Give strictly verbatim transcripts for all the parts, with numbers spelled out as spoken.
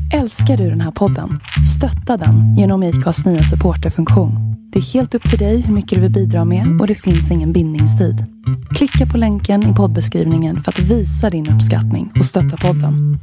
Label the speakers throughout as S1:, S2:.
S1: Älskar du den här podden? Stötta den genom I C A:s nya supporterfunktion. Det är helt upp till dig hur mycket du vill bidra med och det finns ingen bindningstid. Klicka på länken i poddbeskrivningen för att visa din uppskattning och stötta podden.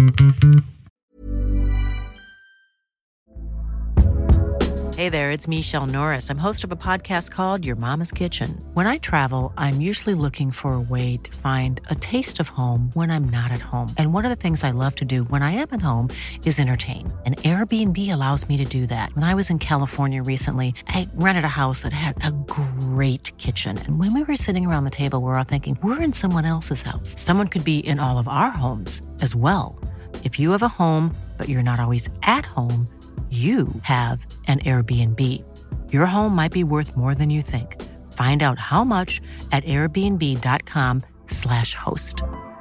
S2: Hey there, it's Michelle Norris. I'm host of a podcast called Your Mama's Kitchen. When I travel, I'm usually looking for a way to find a taste of home when I'm not at home. And one of the things I love to do when I am at home is entertain. And Airbnb allows me to do that. When I was in California recently, I rented a house that had a great kitchen. And when we were sitting around the table, we were all thinking, we're in someone else's house. Someone could be in all of our homes as well. If you have a home, but you're not always at home, you have an Airbnb. Your home might be worth more than you think. Find out how much at airbnb.com slash host.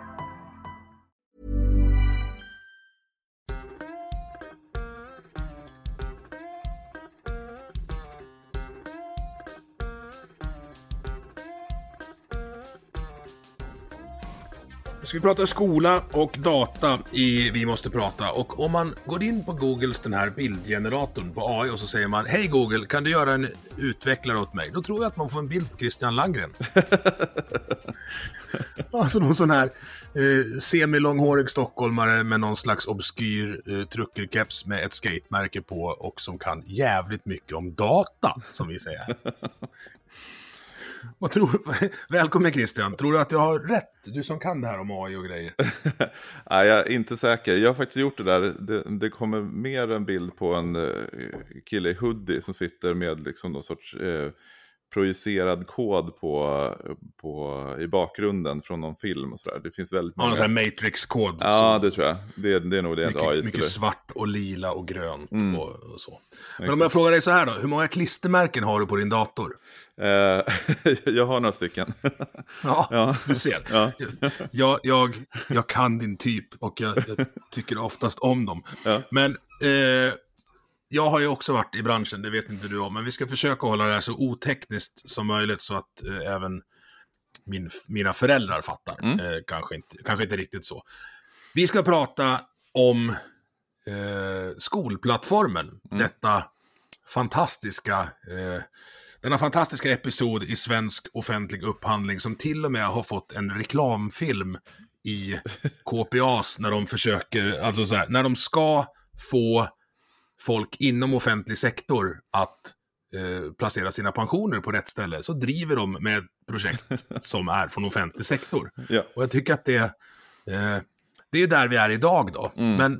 S3: Nu ska vi prata skola och data i Vi måste prata. Och om man går in på Googles den här bildgeneratorn på A I och så säger man: hej Google, kan du göra en utvecklare åt mig? Då tror jag att man får en bild på Christian Landgren. Alltså någon sån här eh, semilånghårig stockholmare med någon slags obskyr eh, truckerkeps med ett skatemärke på och som kan jävligt mycket om data, som vi säger. Vad tror, välkommen Christian, tror du att jag har rätt? Du som kan det här om A I och grejer.
S4: Nej, jag är inte säker. Jag har faktiskt gjort det där. Det, det kommer mer en bild på en uh, kille i hoodie som sitter med liksom någon sorts uh, projicerad kod på, på, i bakgrunden från någon film och sådär. Det finns väldigt många.
S3: Ja, någon sån här Matrix-kod.
S4: Ja, det tror jag. Det, det är nog det.
S3: Mycket,
S4: A I
S3: mycket
S4: skulle...
S3: svart och lila och grönt mm. och, och så. Men
S4: Exakt.
S3: om jag frågar dig så här då, hur många klistermärken har du på din dator?
S4: Uh, jag har några stycken.
S3: Ja, ja. Du ser.
S4: Ja.
S3: jag, jag, jag kan din typ och jag, jag tycker oftast om dem.
S4: Ja.
S3: Men eh, jag har ju också varit i branschen, det vet inte du om. Men vi ska försöka hålla det här så otekniskt som möjligt så att eh, även min, mina föräldrar fattar. Mm. Eh, kanske, inte, kanske inte riktigt så. Vi ska prata om eh, skolplattformen. Mm. Detta fantastiska... Eh, Denna fantastiska episod i svensk offentlig upphandling som till och med har fått en reklamfilm i K P A's när de försöker, alltså så här, när de ska få folk inom offentlig sektor att eh, placera sina pensioner på rätt ställe så driver de med ett projekt som är från offentlig sektor. Ja. Och jag tycker att det, eh, det är där vi är idag då. Mm. Men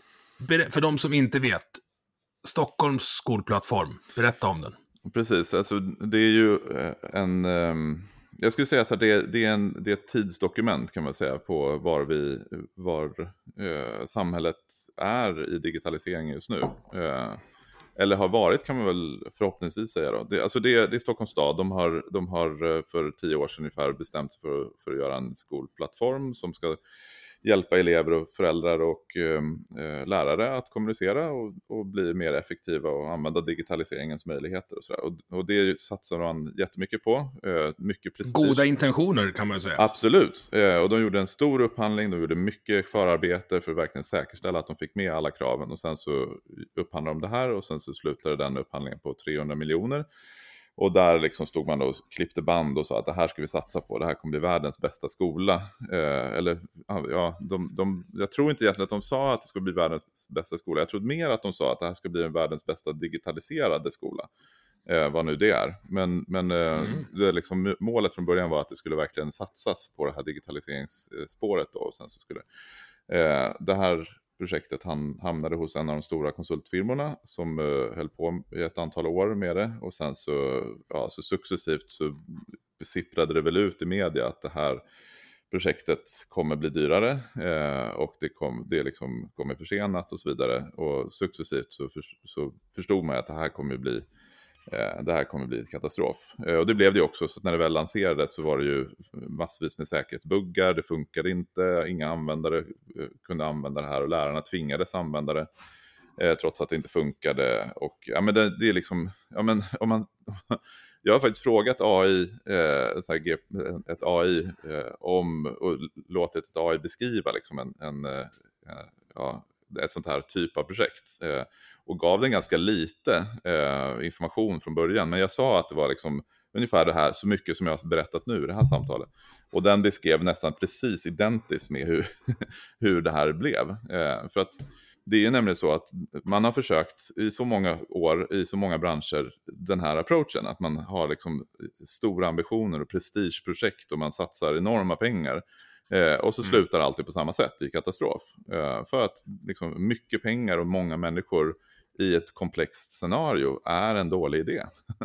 S3: för de som inte vet, Stockholms skolplattform, berätta om den.
S4: Precis, alltså det är ju en, jag skulle säga så här, det, det, är en, det är ett tidsdokument kan man säga på var vi, var eh, samhället är i digitalisering just nu. Eh, eller har varit kan man väl förhoppningsvis säga då. Det, alltså det, det är Stockholms stad, de har, de har för tio år sedan ungefär bestämt sig för, för att göra en skolplattform som ska hjälpa elever och föräldrar och eh, lärare att kommunicera och, och bli mer effektiva och använda digitaliseringens möjligheter och sådär. Och, och det satsar man jättemycket på. Eh, mycket prestige.
S3: Goda intentioner kan man ju säga.
S4: Absolut. Eh, och de gjorde en stor upphandling, de gjorde mycket förarbete för att verkligen säkerställa att de fick med alla kraven. Och sen så upphandlade de det här och sen så slutade den upphandlingen på trehundra miljoner. Och där liksom stod man och klippte band och sa att det här ska vi satsa på. Det här kommer bli världens bästa skola. Eh, eller, ja, de, de, jag tror inte egentligen att de sa att det skulle bli världens bästa skola. Jag trodde mer att de sa att det här ska bli världens bästa digitaliserade skola. Eh, vad nu det är. Men, men eh, mm. det liksom, målet från början var att det skulle verkligen satsas på det här digitaliseringsspåret. Då, och sen så skulle eh, det här... projektet han hamnade hos en av de stora konsultfirmorna som uh, höll på i ett antal år med det och sen så, ja, så successivt så sipprade det väl ut i media att det här projektet kommer bli dyrare eh, och det, kom, det liksom kommer försenat och så vidare och successivt så, för, så förstod man att det här kommer bli det här kommer bli katastrof. Och det blev det också, så att när det väl lanserades så var det ju massvis med säkerhetsbuggar, det funkade inte, inga användare kunde använda det här och lärarna tvingades använda det eh, trots att det inte funkade. Och ja, men det, det är liksom, ja men om man jag har faktiskt frågat A I, eh, så här, ett A I eh, om och låtit ett A I beskriva liksom en, en eh, ja, ett sånt här typ av projekt. Eh, och gav den ganska lite eh, information från början. Men jag sa att det var liksom ungefär det här, så mycket som jag har berättat nu i det här samtalet. Och den beskrev nästan precis identiskt med hur, hur det här blev. Eh, för att det är nämligen så att man har försökt i så många år, i så många branscher, den här approachen. Att man har liksom stora ambitioner och prestigeprojekt och man satsar enorma pengar. Eh, och så
S3: Mm.
S4: slutar alltid på samma sätt i katastrof. Eh, för att liksom, mycket pengar och många människor i ett komplext scenario är en dålig idé.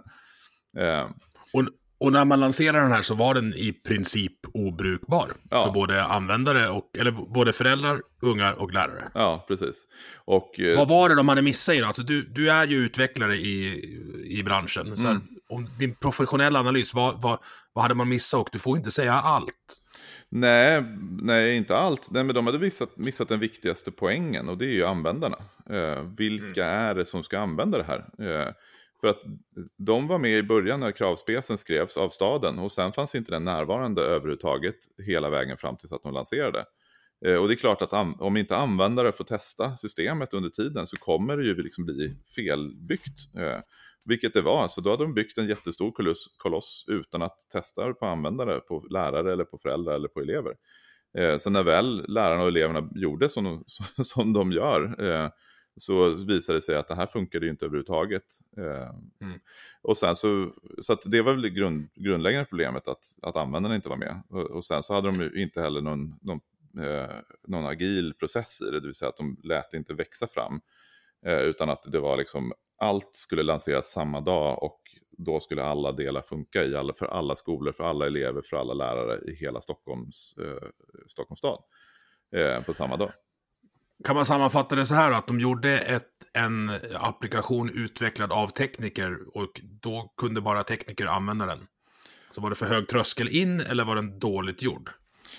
S4: eh,
S3: Och, och när man lanserade den här så var den i princip obrukbar.
S4: Ja.
S3: För både användare och, eller både föräldrar, ungar och lärare.
S4: ja, precis. Och, eh,
S3: Vad var det de hade missat i det? Alltså du, du är ju utvecklare i, i branschen. Så här,
S4: Mm.
S3: om din professionella analys, vad, vad, vad hade man missat? Och du får inte säga allt.
S4: Nej, nej, inte allt. Nej, men de hade missat, missat den viktigaste poängen och det är ju användarna. Eh, vilka mm. är det som ska använda det här? Eh, för att de var med i början när kravspecen skrevs av staden och sen fanns inte den närvarande överhuvudtaget hela vägen fram tills att de lanserade. Eh, och det är klart att an- om inte användare får testa systemet under tiden så kommer det ju liksom bli felbyggt. Eh, Vilket det var, så då hade de byggt en jättestor koloss, koloss utan att testa på användare, på lärare eller på föräldrar eller på elever. Eh, så när väl lärarna och eleverna gjorde som de, som de gör eh, så visade det sig att det här funkade ju inte överhuvudtaget. Eh, mm. Och sen så, så att det var väl det grund, grundläggande problemet att, att användarna inte var med. Och, och sen så hade de ju inte heller någon, någon, eh, någon agil process i det, det vill säga att de lät inte växa fram. Eh, utan att det var liksom allt skulle lanseras samma dag och då skulle alla delar funka i alla, för alla skolor, för alla elever, för alla lärare i hela Stockholms, eh, Stockholms stad eh, på samma dag.
S3: Kan man sammanfatta det så här att de gjorde ett, en applikation utvecklad av tekniker och då kunde bara tekniker använda den? Så var det för hög tröskel in eller var den dåligt gjord?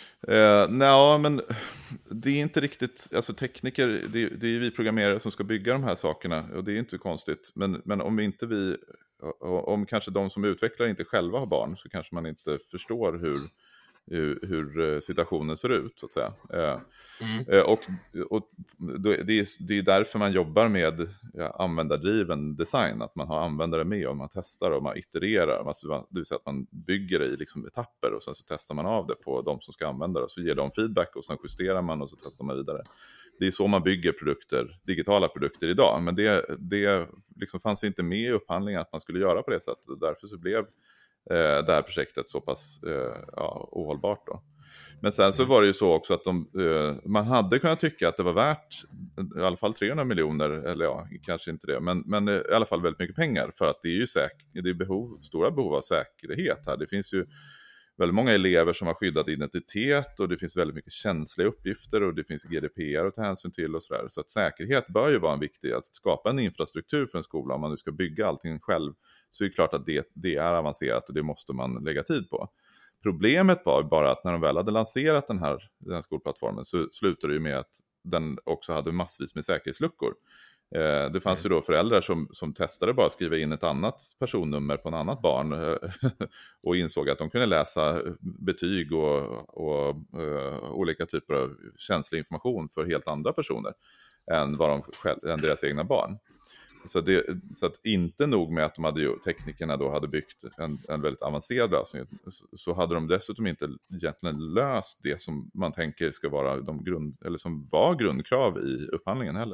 S4: Eh, nej, men det är inte riktigt, alltså tekniker, det, det är vi programmerare som ska bygga de här sakerna och det är inte konstigt, men, men om inte vi, om kanske de som utvecklar inte själva har barn så kanske man inte förstår hur, hur, hur situationen ser ut så att säga. Eh, mm. och, och det, är, det är därför man jobbar med ja, användardriven design, att man har användare med och man testar och man itererar, alltså, det vill säga att man bygger det i liksom etapper och sen så testar man av det på de som ska använda det och så ger de feedback och sen justerar man och så testar man vidare. Det är så man bygger produkter, digitala produkter idag, men det, det liksom fanns inte med i upphandlingen att man skulle göra på det sättet och därför så blev eh, det här projektet så pass eh, ja, ohållbart då. Men sen så var det ju så också att de, eh, man hade kunnat tycka att det var värt i alla fall trehundra miljoner, eller ja, kanske inte det, men, men i alla fall väldigt mycket pengar för att det är ju säk- det är behov, stora behov av säkerhet här. Det finns ju väldigt många elever som har skyddad identitet och det finns väldigt mycket känsliga uppgifter och det finns G D P R att ta hänsyn till och sådär. Så att säkerhet bör ju vara en viktig, att skapa en infrastruktur för en skola om man nu ska bygga allting själv så är det klart att det, det är avancerat och det måste man lägga tid på. Problemet var bara att när de väl hade lanserat den här, den här skolplattformen så slutade det ju med att den också hade massvis med säkerhetsluckor. Eh, det fanns mm. ju då föräldrar som, som testade bara att skriva in ett annat personnummer på en annat barn eh, och insåg att de kunde läsa betyg och, och eh, olika typer av känslig information för helt andra personer än, vad de själv, än deras egna barn. Så, det, så att inte nog med att de hade ju, teknikerna då hade byggt en, en väldigt avancerad lösning så hade de dessutom inte egentligen löst det som man tänker ska vara de grund, eller som var grundkrav i upphandlingen heller.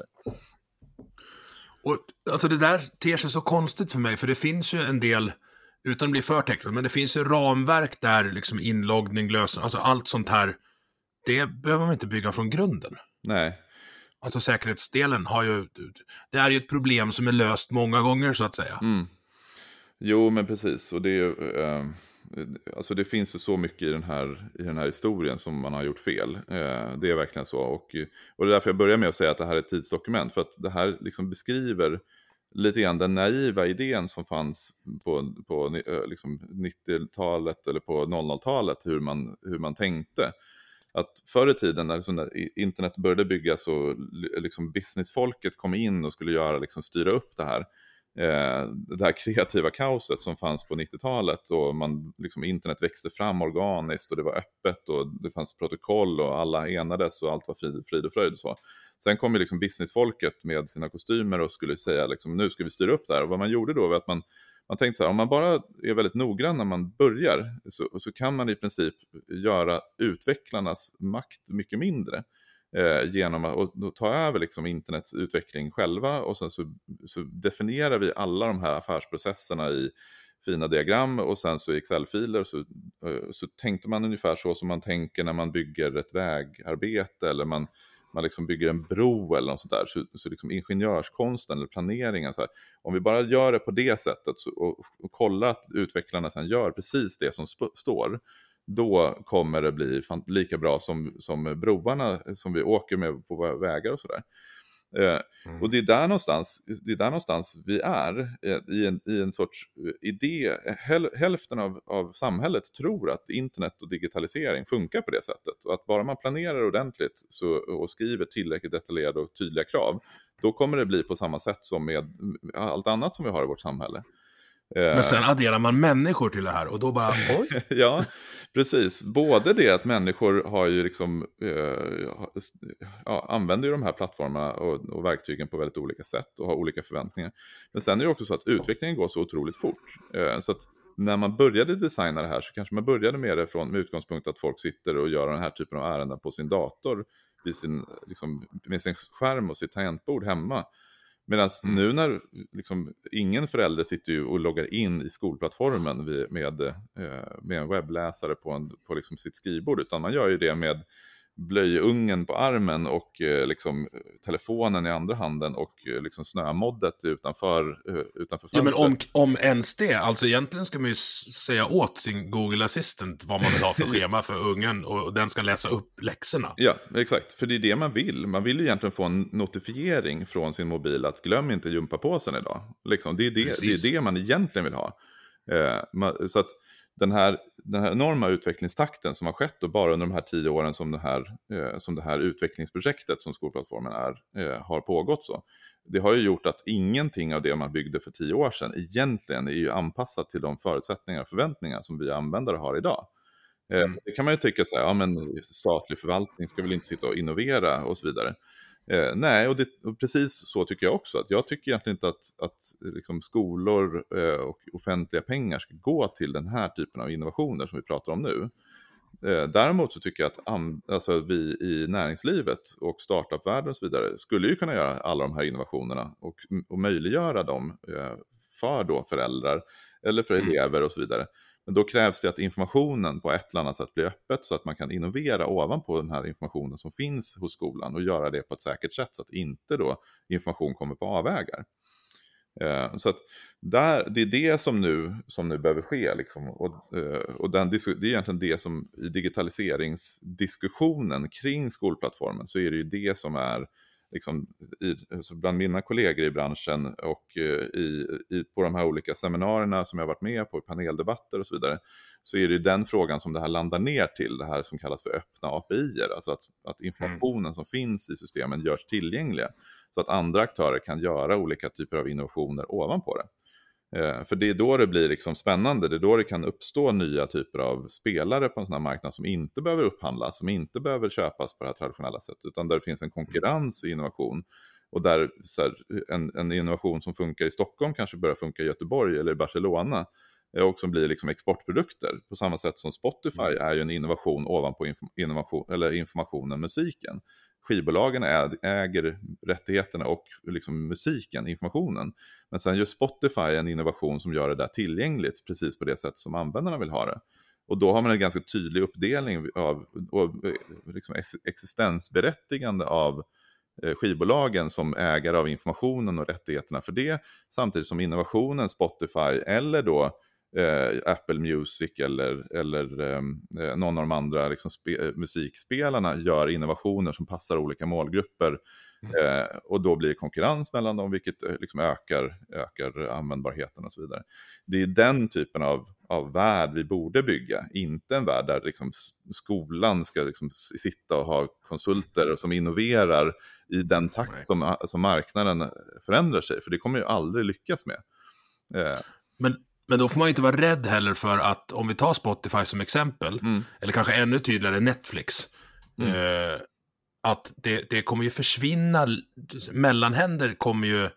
S3: Och alltså det där ter sig så konstigt för mig för det finns ju en del, utan att bli för tekniskt, men det finns ju ramverk där liksom inloggning, lösen, alltså allt sånt här, det behöver man inte bygga från grunden.
S4: Nej.
S3: Alltså säkerhetsdelen har ju, det är ju ett problem som är löst många gånger så att säga.
S4: Mm. Jo men precis, och det är ju, eh, alltså det finns ju så mycket i den här, i den här historien som man har gjort fel. Eh, det är verkligen så, och, och det är därför jag börjar med att säga att det här är ett tidsdokument, för att det här liksom beskriver lite grann den naiva idén som fanns på, på liksom nittiotalet eller på noll noll-talet, hur man, hur man tänkte. Att förr i tiden när, när internet började byggas och liksom businessfolket kom in och skulle göra, liksom styra upp det här, eh, det här kreativa kaoset som fanns på nittiotalet och man, liksom, internet växte fram organiskt och det var öppet och det fanns protokoll och alla enades och allt var frid, frid och fröjd och så. Sen kom ju liksom businessfolket med sina kostymer och skulle säga liksom, nu ska vi styra upp det här. Och vad man gjorde då var att man, man tänkte så här, om man bara är väldigt noggrann när man börjar så, så kan man i princip göra utvecklarnas makt mycket mindre. Eh, genom att och ta över liksom internets utveckling själva och sen så, så definierar vi alla de här affärsprocesserna i fina diagram och sen så i Excel-filer så, så tänkte man ungefär så som man tänker när man bygger ett vägarbete eller man, man liksom bygger en bro eller något sånt där. Så, så liksom ingenjörskonsten eller planeringen så här, om vi bara gör det på det sättet så, och, och kollar att utvecklarna sen gör precis det som sp- står, då kommer det bli fan, lika bra som, som broarna som vi åker med på våra vägar och sådär. Eh, mm. Och det är där någonstans, det är där någonstans vi är eh, i, en, i en sorts idé. Häl, hälften av, av samhället tror att internet och digitalisering funkar på det sättet. Och att bara man planerar ordentligt så, och skriver tillräckligt detaljerade och tydliga krav, då kommer det bli på samma sätt som med allt annat som vi har i vårt samhälle.
S3: Men sen adderar man människor till det här och då bara, oj.
S4: Ja, precis. Både det att människor har ju liksom, eh, ja, använder ju de här plattformarna och, och verktygen på väldigt olika sätt och har olika förväntningar. Men sen är det också så att utvecklingen går så otroligt fort. Eh, så att när man började designa det här så kanske man började med det från, med utgångspunkt att folk sitter och gör den här typen av ärenden på sin dator vid sin, liksom, med sin skärm och sitt tangentbord hemma. Medan mm. nu när liksom, ingen förälder sitter ju och loggar in i skolplattformen med, med, med en webbläsare på, en, på liksom sitt skrivbord, utan man gör ju det med blöjungen på armen och liksom, telefonen i andra handen och liksom, snömoddet utanför, utanför fönstret.
S3: Ja, men om, om ens det, alltså egentligen ska man ju säga åt sin Google Assistant vad man vill ha för schema för ungen och den ska läsa upp läxorna.
S4: Ja, exakt. För det är det man vill. Man vill ju egentligen få en notifiering från sin mobil att glöm inte gympapåsen idag. Liksom, det, är det, det är det man egentligen vill ha. Eh, man, så att Den här, den här enorma utvecklingstakten som har skett och bara under de här tio åren som det här, eh, som det här utvecklingsprojektet som skolplattformen är, eh, har pågått så. Det har ju gjort att ingenting av det man byggde för tio år sedan egentligen är ju anpassat till de förutsättningar och förväntningar som vi användare har idag. Eh, mm. Det kan man ju tycka så här, ja men statlig förvaltning ska väl inte sitta och innovera och så vidare. Eh, nej, och, det, och precis så tycker jag också. Att jag tycker egentligen inte att, att liksom skolor eh, och offentliga pengar ska gå till den här typen av innovationer som vi pratar om nu. Eh, däremot så tycker jag att am, alltså vi i näringslivet och startupvärlden och så vidare skulle ju kunna göra alla de här innovationerna och, och möjliggöra dem eh, för då föräldrar eller för mm. elever och så vidare. Men då krävs det att informationen på ett eller annat sätt blir öppet så att man kan innovera ovanpå den här informationen som finns hos skolan och göra det på ett säkert sätt så att inte då information kommer på avvägar. Eh, så att där, det är det som nu, som nu behöver ske. Liksom. Och, eh, och den, det är egentligen det som i digitaliseringsdiskussionen kring skolplattformen så är det ju det som är liksom, i, alltså bland mina kollegor i branschen och uh, i, i, på de här olika seminarierna som jag varit med på, paneldebatter och så vidare, så är det ju den frågan som det här landar ner till, det här som kallas för öppna A P I-er, alltså att, att informationen mm. som finns i systemen görs tillgängliga så att andra aktörer kan göra olika typer av innovationer ovanpå det. Eh, för det är då det blir liksom spännande, det är då det kan uppstå nya typer av spelare på en sån här marknad som inte behöver upphandlas, som inte behöver köpas på det här traditionella sättet, utan där det finns en konkurrens i innovation och där så här, en, en innovation som funkar i Stockholm kanske börjar funka i Göteborg eller i Barcelona och som blir liksom exportprodukter på samma sätt som Spotify är ju en innovation ovanpå inf- innovation, eller informationen, musiken. Skivbolagen äger rättigheterna och liksom musiken, informationen. Men sen gör Spotify en innovation som gör det där tillgängligt precis på det sätt som användarna vill ha det. Och då har man en ganska tydlig uppdelning av och liksom existensberättigande av skivbolagen som ägare av informationen och rättigheterna för det. Samtidigt som innovationen Spotify eller då Eh, Apple Music eller, eller eh, någon av de andra liksom spe, musikspelarna gör innovationer som passar olika målgrupper mm. eh, och då blir det konkurrens mellan dem vilket liksom ökar, ökar användbarheten och så vidare. Det är den typen av, av värld vi borde bygga, inte en värld där liksom skolan ska liksom sitta och ha konsulter som innoverar i den takt som, som marknaden förändrar sig, för det kommer ju aldrig lyckas med. Eh.
S3: Men Men då får man inte vara rädd heller för att, om vi tar Spotify som exempel, mm. eller kanske ännu tydligare Netflix, mm. eh, att det, det kommer ju försvinna, mellanhänder kommer ju,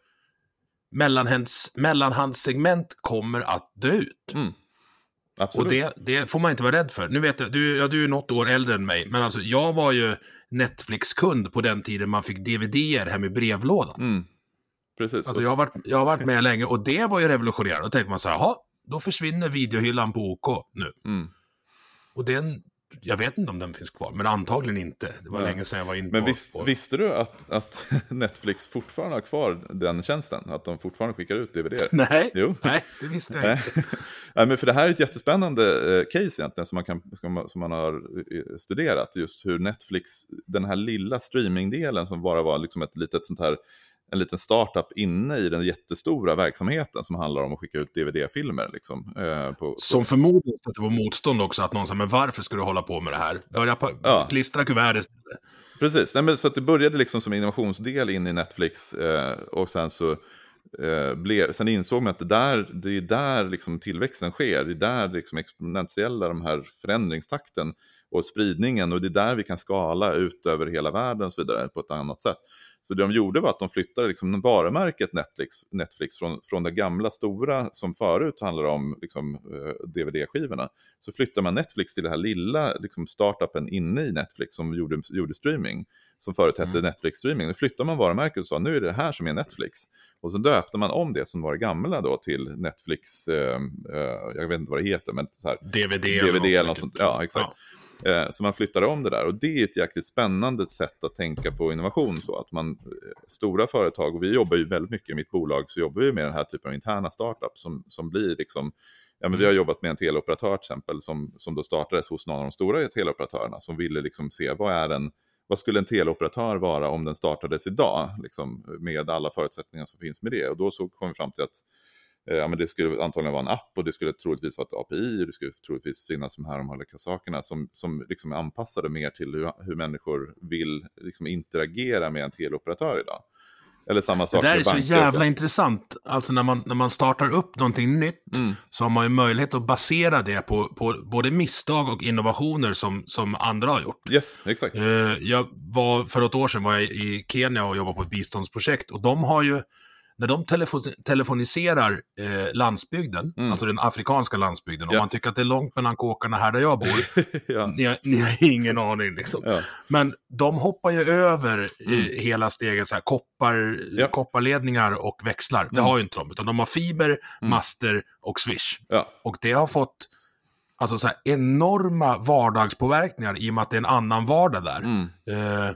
S3: mellanhands, mellanhandssegment kommer att dö ut.
S4: Mm. Absolut.
S3: Och det, det får man inte vara rädd för. Nu vet jag, du, ja, du är något år äldre än mig, men alltså jag var ju Netflix-kund på den tiden man fick D V D-er hem i brevlådan.
S4: Mm. Precis.
S3: Alltså jag har, varit, jag har varit med länge och det var ju revolutionerande. Då tänkte man så här, jaha, då försvinner videohyllan på OK nu.
S4: Mm.
S3: Och den, jag vet inte om den finns kvar, men antagligen inte. Det var ja. länge sedan jag var inne på.
S4: Men vis, visste du att, att Netflix fortfarande har kvar den tjänsten? Att de fortfarande skickar ut D V D-er?
S3: Nej,
S4: jo.
S3: nej, det visste jag inte.
S4: Nej, men för det här är ett jättespännande eh, case egentligen som man, kan, som man har studerat. Just hur Netflix, den här lilla streamingdelen som bara var liksom ett litet sånt här, en liten startup inne i den jättestora verksamheten som handlar om att skicka ut D V D-filmer. Liksom, eh, på, på...
S3: Som förmodligen att det var motstånd också, att någon sa, men varför ska du hålla på med det här? Börja på, ja. klistra kuvertet.
S4: Precis, nej, men så att det började liksom som innovationsdel in i Netflix eh, och sen så eh, blev, sen insåg man att det, där, det är där liksom tillväxten sker, det är där liksom exponentiella de här förändringstakten och spridningen, och det är där vi kan skala ut över hela världen och så vidare på ett annat sätt. Så det de gjorde var att de flyttade liksom varumärket Netflix, Netflix från, från det gamla stora som förut handlar om liksom, uh, D V D-skivorna. Så flyttar man Netflix till det här lilla liksom, startupen inne i Netflix som gjorde, gjorde streaming. Som förut hette mm. Netflix streaming. Då flyttar man varumärket och sa, nu är det här som är Netflix. Och så döpte man om det som var gamla då till Netflix, uh, uh, jag vet inte vad det heter, men så här,
S3: D V D,
S4: D V D eller något sånt. Ja, exakt. Ja. Så man flyttar om det där, och det är ett jäkligt spännande sätt att tänka på innovation, så att man, stora företag, och vi jobbar ju väldigt mycket i mitt bolag, så jobbar vi med den här typen av interna startups som, som blir liksom, ja men vi har jobbat med en teleoperatör till exempel som, som då startades hos någon av de stora teleoperatörerna som ville liksom se vad är en, vad skulle en teleoperatör vara om den startades idag liksom, med alla förutsättningar som finns med det, och då så kom vi fram till att ja, men det skulle antagligen vara en app, och det skulle troligtvis vara ett A P I, och det skulle troligtvis finnas de här de olika sakerna som, som liksom är anpassade mer till hur, hur människor vill liksom interagera med en teleoperatör idag. Eller samma sak.
S3: Det där är så jävla intressant. Alltså när man, när man startar upp någonting nytt mm. så har man ju möjlighet att basera det på, på både misstag och innovationer som, som andra har gjort.
S4: Yes, exakt.
S3: Jag var, för ett år sedan var jag i Kenya och jobbade på ett biståndsprojekt, och de har ju, när de telefon- telefoniserar eh, landsbygden, mm. alltså den afrikanska landsbygden, ja. och man tycker att det är långt mellan kåkarna här där jag bor, ja. ni, har, ni har ingen aning liksom. Ja. Men de hoppar ju över mm. eh, hela steget, så här, koppar, ja. kopparledningar och växlar. Det mm. har ju inte de, utan de har fiber, mm. master och swish. Ja. Och det har fått alltså, så här, enorma vardagspåverkningar i och med att det är en annan vardag där. Mm. Eh,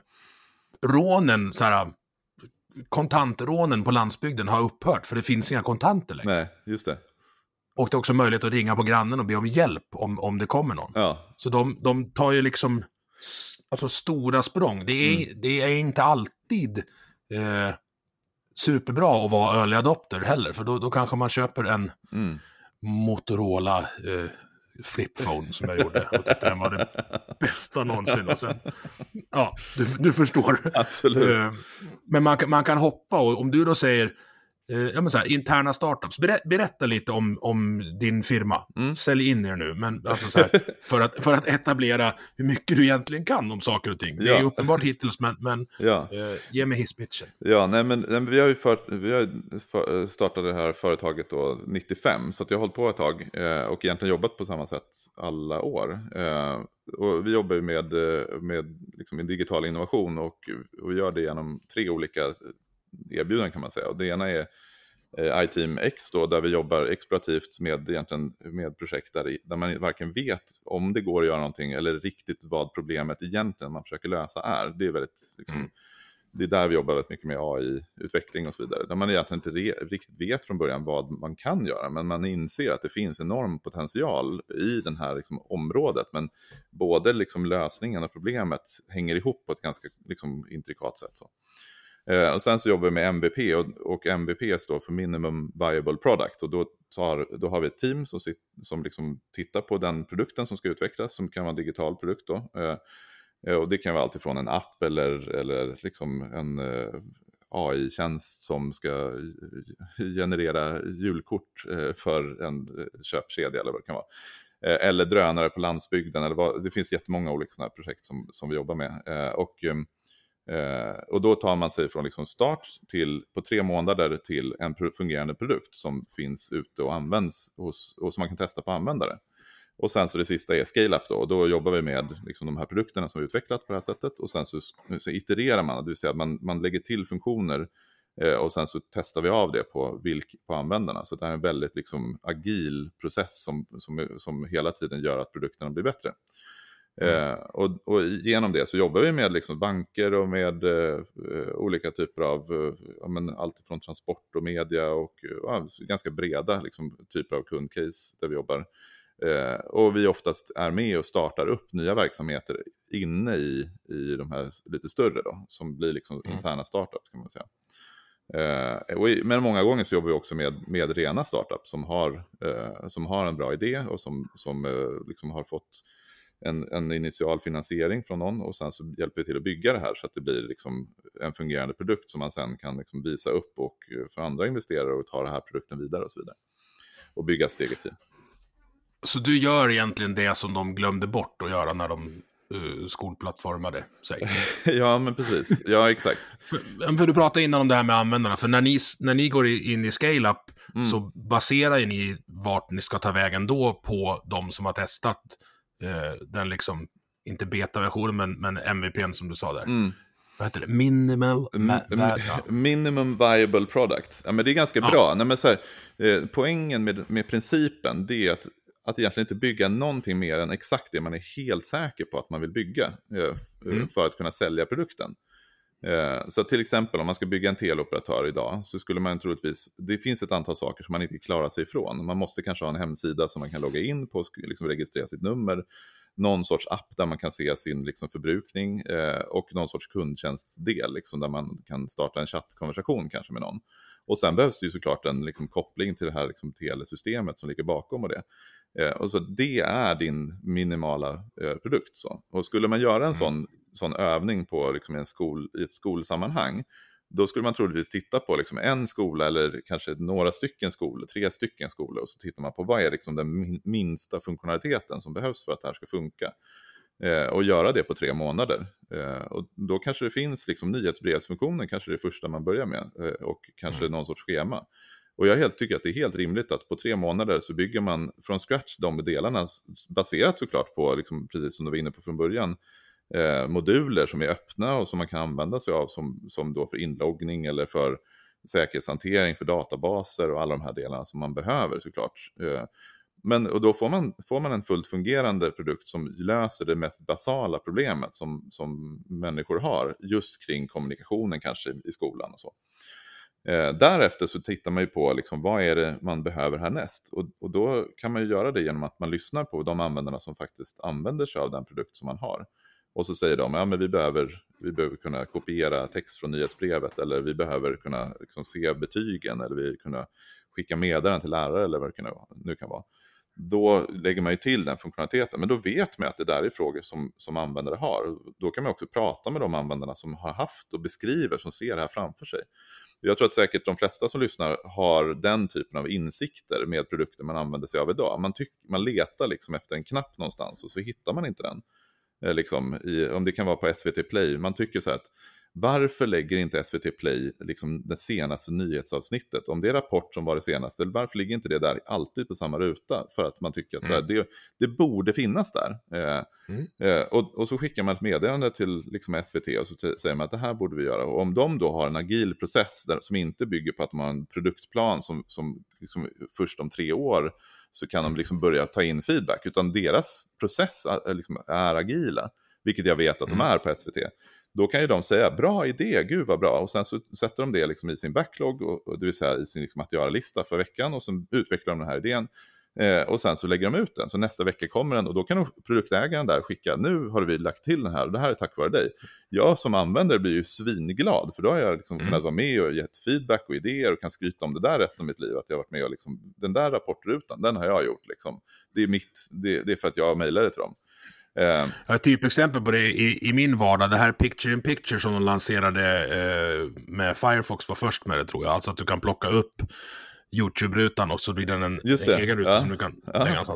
S3: rånen, så här, kontantrånen på landsbygden har upphört, för det finns inga kontanter längre.
S4: Nej, just det.
S3: Och det är också möjlighet att ringa på grannen och be om hjälp om, om det kommer någon. Ja. Så de, de tar ju liksom alltså stora språng. Det är, mm. det är inte alltid eh, superbra att vara early adopter heller, för då, då kanske man köper en mm. Motorola eh, flipphone som jag gjorde och tyckte den var det bästa någonsin, och sen ja, du, du förstår.
S4: Absolut.
S3: Uh, men man, man kan hoppa, och om du då säger uh, ja, men så här, interna startups, Ber, berätta lite om, om din firma. Mm. Sälj in er nu, men alltså så här, för, att, för att etablera hur mycket du egentligen kan om saker och ting. Det är ja. uppenbart hittills, men, men ja. uh, ge mig hisspitchen.
S4: Ja, nej men, nej, men vi har ju för, vi har för, startat det här företaget då nittiofem, så att jag har hållit på ett tag eh, och egentligen jobbat på samma sätt alla år. Eh, och vi jobbar ju med, med liksom en digital innovation, och, och vi gör det genom tre olika erbjudanden kan man säga. Och det ena är eh, iTeam X då, där vi jobbar explorativt med, egentligen, med projekt där, där man varken vet om det går att göra någonting eller riktigt vad problemet egentligen man försöker lösa är. Det är väldigt liksom, mm. det är där vi jobbar väldigt mycket med A I-utveckling och så vidare. Där man egentligen inte re- riktigt vet från början vad man kan göra. Men man inser att det finns enorm potential i det här liksom, området. Men både liksom, lösningen och problemet hänger ihop på ett ganska liksom, intrikat sätt. Så. Eh, och sen så jobbar vi med M V P. Och, och M V P står för Minimum Viable Product. Och då, tar, då har vi ett team som, sit, som liksom, tittar på den produkten som ska utvecklas. Som kan vara en digital produkt då. Eh, Och det kan vara allt ifrån en app eller, eller liksom en uh, A I-tjänst som ska generera julkort uh, för en uh, köpkedja eller vad det kan vara. Uh, eller drönare på landsbygden. Eller vad, det finns jättemånga olika sådana här projekt som, som vi jobbar med. Uh, och um, Eh, och då tar man sig från liksom start till på tre månader till en pro- fungerande produkt som finns ute och används hos, och som man kan testa på användare. Och sen så det sista är scale-up då, och då jobbar vi med liksom de här produkterna som vi utvecklat på det här sättet, och sen så, så itererar man, det vill säga att man, man lägger till funktioner eh, och sen så testar vi av det på, vilk, på användarna. Så det här är en väldigt liksom agil process som, som, som hela tiden gör att produkterna blir bättre. Mm. Eh, och, och genom det så jobbar vi med liksom banker och med eh, olika typer av eh, ja, men allt från transport och media och ja, ganska breda liksom, typer av kundcase där vi jobbar. Eh, och vi oftast är med och startar upp nya verksamheter inne i, i de här lite större då, som blir liksom mm. interna startups kan man säga. Eh, och i, men många gånger så jobbar vi också med, med rena startups som har, eh, som har en bra idé och som, som eh, liksom har fått en, en initial finansiering från någon, och sen så hjälper vi till att bygga det här så att det blir liksom en fungerande produkt som man sen kan liksom visa upp och för andra investerare och ta den här produkten vidare och så vidare. Och bygga steget till. Så
S3: du gör egentligen det som de glömde bort att göra när de uh, skolplattformade sig?
S4: Ja, men precis. Ja, exakt.
S3: för, för du pratade innan om det här med användarna. För när ni, när ni går in i scale-up mm. så baserar ju ni vart ni ska ta vägen då på de som har testat uh, den liksom, inte beta-versionen men, men M V P:n som du sa där. Mm. Vad heter det? Minimal... Ma-
S4: va- ja. Minimum viable product. Ja, men det är ganska ja. bra. Nej, men så här, eh, poängen med, med principen det är att Att egentligen inte bygga någonting mer än exakt det man är helt säker på att man vill bygga eh, mm. för att kunna sälja produkten. Eh, så till exempel om man ska bygga en teleoperatör idag så skulle man troligtvis, det finns ett antal saker som man inte klarar sig ifrån. Man måste kanske ha en hemsida som man kan logga in på, liksom registrera sitt nummer, någon sorts app där man kan se sin liksom, förbrukning eh, och någon sorts kundtjänstdel liksom, där man kan starta en chattkonversation kanske med någon. Och sen behövs det ju såklart en liksom, koppling till det här liksom, telesystemet som ligger bakom och det. Eh, och så det är din minimala eh, produkt. Så. Och skulle man göra en mm. sån, sån övning på liksom, en skol, i ett skolsammanhang, då skulle man troligtvis titta på liksom, en skola eller kanske några stycken skolor, tre stycken skolor, och så tittar man på vad är liksom, den minsta funktionaliteten som behövs för att det här ska funka. Eh, och göra det på tre månader. Eh, och då kanske det finns liksom, nyhetsbrevsfunktionen, kanske det första man börjar med, eh, och kanske mm. någon sorts schema. Och jag helt tycker att det är helt rimligt att på tre månader så bygger man från scratch de delarna, baserat såklart på, liksom, precis som du var inne på från början, eh, moduler som är öppna och som man kan använda sig av som, som då för inloggning eller för säkerhetshantering, för databaser och alla de här delarna som man behöver såklart. Eh, men, och då får man, får man en fullt fungerande produkt som löser det mest basala problemet som, som människor har just kring kommunikationen kanske i skolan och så. Eh, därefter så tittar man ju på liksom, vad är det man behöver härnäst. Och, och då kan man ju göra det genom att man lyssnar på de användarna som faktiskt använder sig av den produkt som man har. Och så säger de, ja men vi behöver, vi behöver kunna kopiera text från nyhetsbrevet, eller vi behöver kunna liksom, se betygen, eller vi kunna skicka meddelanden till lärare eller vad det nu kan vara. Då lägger man ju till den funktionaliteten, men då vet man att det där är frågor som, som användare har. Då kan man också prata med de användarna som har haft och beskriver, som ser det här framför sig. Jag tror att säkert de flesta som lyssnar har den typen av insikter med produkter man använder sig av idag. Man, tyck, man letar liksom efter en knapp någonstans och så hittar man inte den. Eh, liksom i, om det kan vara på S V T Play. Man tycker så här att varför lägger inte S V T Play liksom det senaste nyhetsavsnittet? Om det är Rapport som var det senaste, varför ligger inte det där alltid på samma ruta? För att man tycker att så här, det, det borde finnas där. Eh, mm. eh, och, och så skickar man ett meddelande till liksom S V T och så t- säger man att det här borde vi göra. Och om de då har en agil process där, som inte bygger på att de har en produktplan som, som liksom först om tre år så kan de liksom börja ta in feedback. Utan deras process är, liksom, är agila, vilket jag vet att de är på S V T. Då kan ju de säga, bra idé, gud vad bra. Och sen så sätter de det liksom i sin backlog, och, och det vill säga i sin liksom att göra-lista för veckan. Och sen utvecklar de den här idén. Eh, och sen så lägger de ut den. Så nästa vecka kommer den, och då kan produktägaren där skicka, nu har vi lagt till den här och det här är tack vare dig. Jag som användare blir ju svinglad, för då har jag liksom mm. kunnat vara med och gett feedback och idéer och kan skryta om det där resten av mitt liv. Att jag har varit med och liksom, den där rapportrutan, den har jag gjort. Liksom. Det är mitt, det, det är för att jag mejlade till dem. Uh,
S3: ett typexempel på det i, i min vardag, det här Picture in Picture som de lanserade eh, med Firefox var först med det, tror jag. Alltså att du kan plocka upp YouTube-rutan och så blir den en, en egen ruta ja. som du kan lägga någonstans.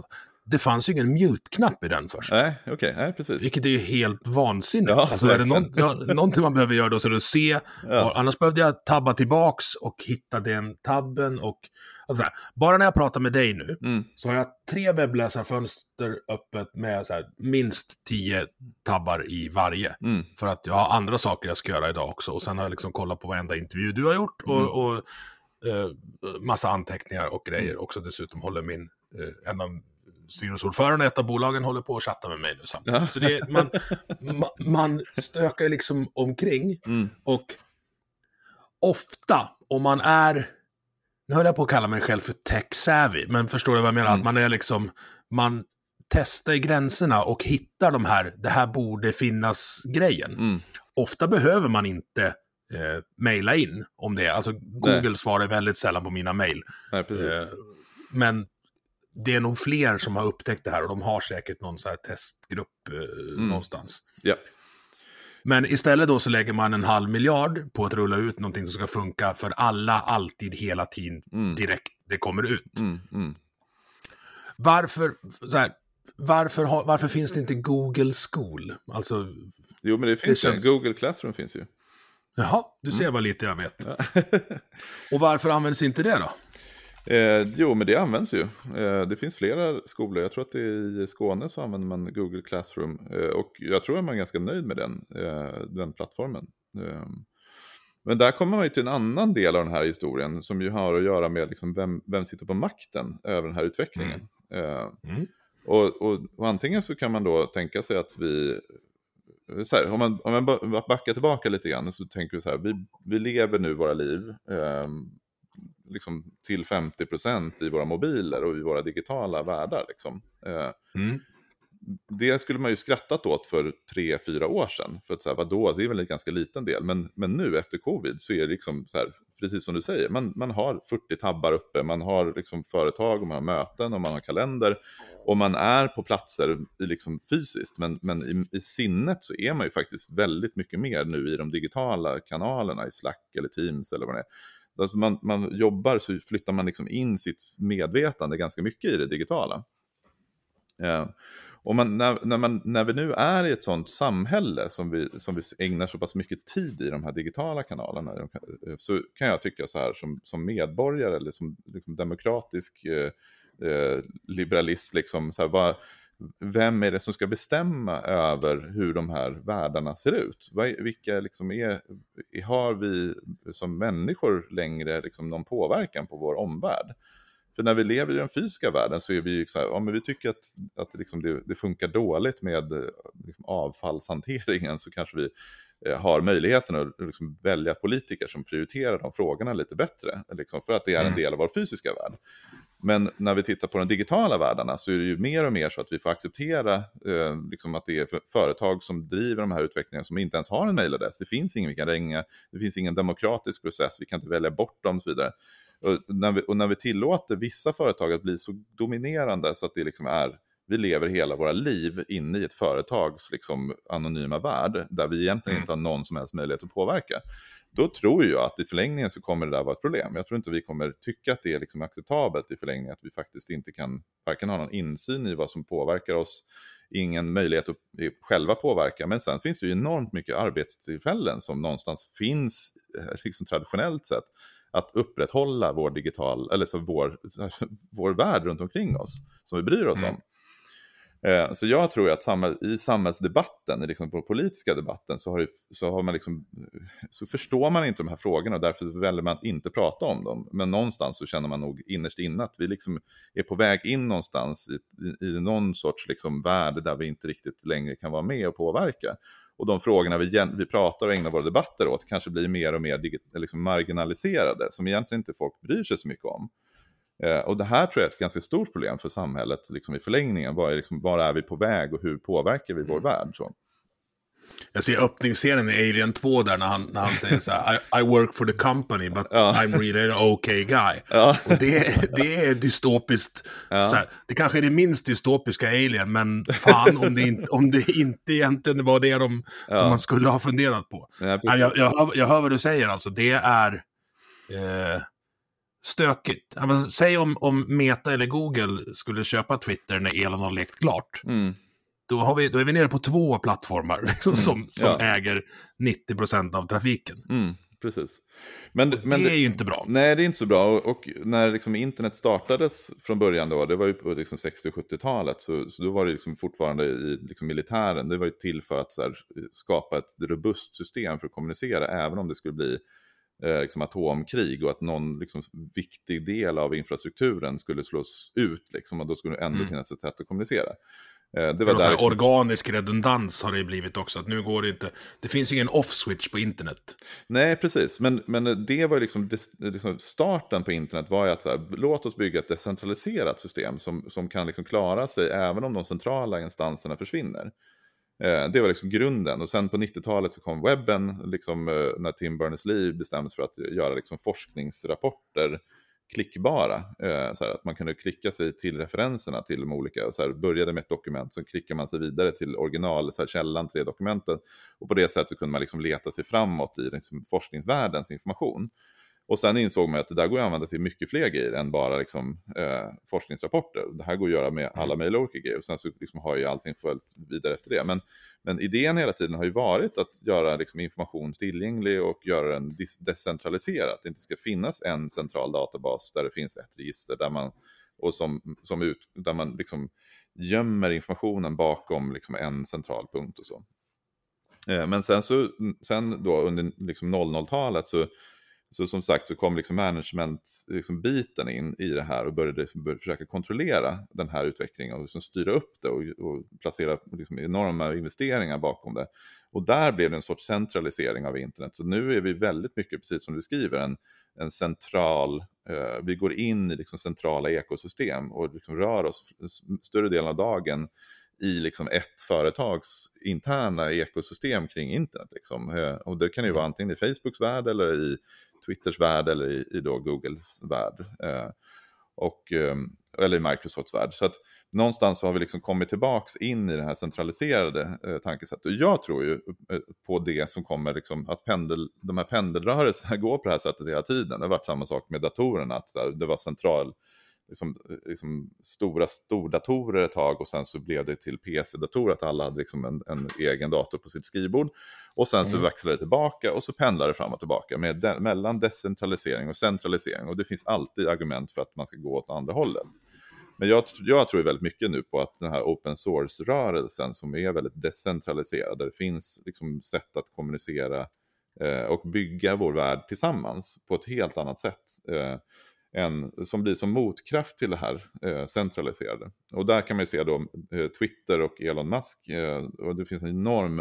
S3: det fanns ju ingen mute-knapp i den först.
S4: Nej, okej, okay. Nej, precis.
S3: Vilket är ju helt vansinnigt.
S4: Ja,
S3: alltså är det någon, ja, någonting man behöver göra då så är det att se. Ja. Annars behövde jag tabba tillbaks och hitta den tabben. Och, alltså här, bara när jag pratar med dig nu mm. så har jag tre webbläsarfönster öppet med så här, minst tio tabbar i varje. Mm. För att jag har andra saker jag ska göra idag också. Och sen har jag liksom kollat på varenda intervju du har gjort. Och, mm. och eh, massa anteckningar och grejer. Mm. Också dessutom håller min eh, en av styrelseordförande i ett av bolagen håller på att chatta med mig nu samtidigt. Ja. Så det är, man, man, man stökar liksom omkring mm. och ofta om man är, nu höll jag på att kalla mig själv för tech-savvy, men förstår du vad jag menar? Mm. Att man är liksom, man testar i gränserna och hittar de här, det här borde finnas grejen. Mm. Ofta behöver man inte eh, mejla in om det. Alltså Google Nej. svarar väldigt sällan på mina mejl.
S4: Nej, precis. Eh,
S3: men det är nog fler som har upptäckt det här och de har säkert någon så här testgrupp eh, mm. någonstans.
S4: Ja.
S3: Men istället då så lägger man en halv miljard på att rulla ut någonting som ska funka för alla, alltid, hela tiden, mm. direkt det kommer ut.
S4: Mm. Mm.
S3: Varför, så här, varför, har, varför finns det inte Google School? Alltså,
S4: jo, men det finns det känns... ju. Google Classroom finns ju.
S3: Jaha, du ser mm. vad lite jag vet. Ja. Och varför används inte det då?
S4: Eh, jo, men det används ju. Eh, det finns flera skolor. Jag tror att det är i Skåne så använder man Google Classroom. Eh, och jag tror att man är ganska nöjd med den, eh, den plattformen. Eh, men där kommer man ju till en annan del av den här historien som ju har att göra med liksom vem, vem sitter på makten över den här utvecklingen. Mm. Eh, mm. Och, och, och antingen så kan man då tänka sig att vi... Så här, om, man, om man backar tillbaka lite grann så tänker vi så här, vi, vi lever nu våra liv... Eh, liksom till femtio procent i våra mobiler och i våra digitala världar liksom. Mm. Det skulle man ju skrattat åt för tre, fyra år sedan. För att säga, vadå, det är väl en ganska liten del. Men, men nu efter covid så är det liksom så här, precis som du säger, man, man har fyrtio tabbar uppe, man har liksom företag och man har möten och man har kalender. Och man är på platser i liksom fysiskt, men, men i, i sinnet så är man ju faktiskt väldigt mycket mer nu i de digitala kanalerna, i Slack eller Teams eller vad det är. Alltså man, man jobbar så flyttar man liksom in sitt medvetande ganska mycket i det digitala. Eh, och man, när, när, man, när vi nu är i ett sånt samhälle som vi, som vi ägnar så pass mycket tid i de här digitala kanalerna, så kan jag tycka så här som, som medborgare eller som liksom demokratisk eh, eh, liberalist, liksom, så här, vad, vem är det som ska bestämma över hur de här världarna ser ut? Vilka liksom är, har vi som människor längre liksom någon påverkan på vår omvärld? För när vi lever i den fysiska världen så är vi ju så här, ja, men vi tycker att, att liksom det, det funkar dåligt med liksom avfallshanteringen, så kanske vi eh, har möjligheten att liksom välja politiker som prioriterar de frågorna lite bättre, liksom, för att det är en del av vår fysiska värld. Men när vi tittar på de digitala världarna så är det ju mer och mer så att vi får acceptera eh, liksom att det är företag som driver de här utvecklingarna som inte ens har en mailadress. Det finns ingen vi kan ringa, det finns ingen demokratisk process, vi kan inte välja bort dem och så vidare. Och när vi, och när vi tillåter vissa företag att bli så dominerande så att det liksom är, vi lever hela våra liv inne i ett företags liksom anonyma värld där vi egentligen inte har någon som helst möjlighet att påverka. Då tror jag att i förlängningen så kommer det där vara ett problem. Jag tror inte vi kommer tycka att det är liksom acceptabelt i förlängningen, att vi faktiskt inte kan varken ha någon insyn i vad som påverkar oss, ingen möjlighet att själva påverka. Men sen finns det ju enormt mycket arbetstillfällen som någonstans finns liksom traditionellt sett att upprätthålla vår digital, eller så vår, vår värld runt omkring oss som vi bryr oss mm. om. Eh, så jag tror att samhäll, i samhällsdebatten, liksom på politiska debatten, så, har det, så, har man liksom, så förstår man inte de här frågorna och därför väljer man att inte prata om dem. Men någonstans så känner man nog innerst inne att vi liksom är på väg in någonstans i, i, i någon sorts liksom värld där vi inte riktigt längre kan vara med och påverka. Och de frågorna vi, vi pratar och ägnar våra debatter åt kanske blir mer och mer digit, liksom marginaliserade, som egentligen inte folk bryr sig så mycket om. Eh, och det här tror jag är ett ganska stort problem för samhället liksom i förlängningen. Var är, liksom, var är vi på väg och hur påverkar vi vår värld? Så.
S3: Jag ser öppningsscenen i Alien två där när han, när han säger så här: I, I work for the company but ja. I'm really an okay guy. Ja. Och det, det är dystopiskt. Ja. Så här, det kanske är det minst dystopiska Alien, men fan om det inte, om det inte egentligen var det de, ja. som man skulle ha funderat på. Ja, jag, jag, hör, jag hör vad du säger, alltså. Det är... Eh, stökigt. Alltså, säg om, om Meta eller Google skulle köpa Twitter när Elon har lekt klart.
S4: Mm.
S3: Då, har vi, då är vi nere på två plattformar liksom,
S4: Mm.
S3: som, som
S4: Ja.
S3: äger nittio procent av trafiken.
S4: Mm. Precis. Men,
S3: det
S4: men
S3: är ju inte bra.
S4: Nej, det är inte så bra. Och, och när liksom internet startades från början då, det var ju på liksom sextio- och sjuttiotalet, så, så då var det liksom fortfarande i liksom militären. Det var ju till för att så här, skapa ett robust system för att kommunicera, även om det skulle bli eh, liksom atomkrig och att någon liksom, viktig del av infrastrukturen skulle slås ut. Liksom, och då skulle det ändå
S3: Mm.
S4: finnas ett sätt att kommunicera. Det
S3: Det
S4: var
S3: var
S4: där
S3: liksom...
S4: liksom...
S3: Organisk redundans har det blivit också. Att nu går det inte... Det finns ingen off-switch på internet.
S4: Nej, precis. Men, men det var liksom, det, liksom starten på internet var ju att så här, låt oss bygga ett decentraliserat system som, som kan liksom klara sig även om de centrala instanserna försvinner. Eh, det var liksom grunden. Och sen på nittiotalet så kom webben, liksom, eh, när Tim Berners-Lee bestämdes för att göra liksom, forskningsrapporter klickbara. Eh, så här, att man kunde klicka sig till referenserna till de olika, så här, började med ett dokument, så klickar man sig vidare till original, så här, källan till det dokumentet. Och på det sättet kunde man liksom leta sig framåt i liksom, forskningsvärldens information. Och sen insåg man att det där går att använda till mycket fler grejer än bara liksom, eh, forskningsrapporter. Det här går att göra med alla möjliga olika grejer. Och sen så liksom har ju allting följt vidare efter det. Men, men idén hela tiden har ju varit att göra liksom, information tillgänglig och göra den decentraliserad. Att det inte ska finnas en central databas där det finns ett register där man, och som, som ut, där man liksom gömmer informationen bakom liksom, en central punkt och så. Eh, men sen, så, sen då under liksom, noll noll-talet så Så som sagt så kom liksom management-biten liksom in i det här och började liksom började försöka kontrollera den här utvecklingen och liksom styra upp det och, och placera liksom enorma investeringar bakom det. Och där blev det en sorts centralisering av internet. Så nu är vi väldigt mycket, precis som du skriver, en, en central, eh, vi går in i liksom centrala ekosystem och liksom rör oss större delen av dagen i liksom ett företags interna ekosystem kring internet. Liksom. Eh, och det kan ju vara antingen i Facebooks värld eller i Twitters värld eller i, i då Googles värld. Eh, och, eh, eller i Microsofts värld. Så att någonstans så har vi liksom kommit tillbaks in i det här centraliserade eh, tankesättet. Och jag tror ju eh, på det som kommer, liksom, att pendel, de här pendelrörelserna går på det här sättet hela tiden. Det har varit samma sak med datorerna, att det var central... Liksom, liksom stora stordatorer ett tag och sen så blev det till P C-datorer att alla hade liksom en, en egen dator på sitt skrivbord och sen så mm. växlade det tillbaka och så pendlade det fram och tillbaka med de, mellan decentralisering och centralisering och det finns alltid argument för att man ska gå åt andra hållet. Men jag, jag tror väldigt mycket nu på att den här open source-rörelsen som är väldigt decentraliserad, där det finns liksom sätt att kommunicera eh, och bygga vår värld tillsammans på ett helt annat sätt eh, En, som blir som motkraft till det här eh, centraliserade. Och där kan man ju se då eh, Twitter och Elon Musk eh, och det finns en enorm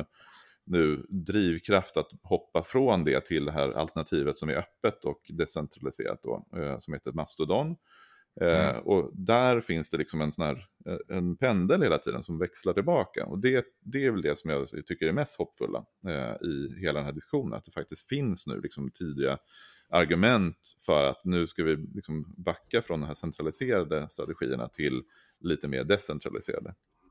S4: nu drivkraft att hoppa från det till det här alternativet som är öppet och decentraliserat då, eh, som heter Mastodon. Eh, mm. Och där finns det liksom en sån här en pendel hela tiden som växlar tillbaka och det, det är väl det som jag tycker är mest hoppfulla eh, i hela den här diskussionen, att det faktiskt finns nu liksom tidiga argument för att nu ska vi liksom backa från de här centraliserade strategierna till lite mer decentraliserade.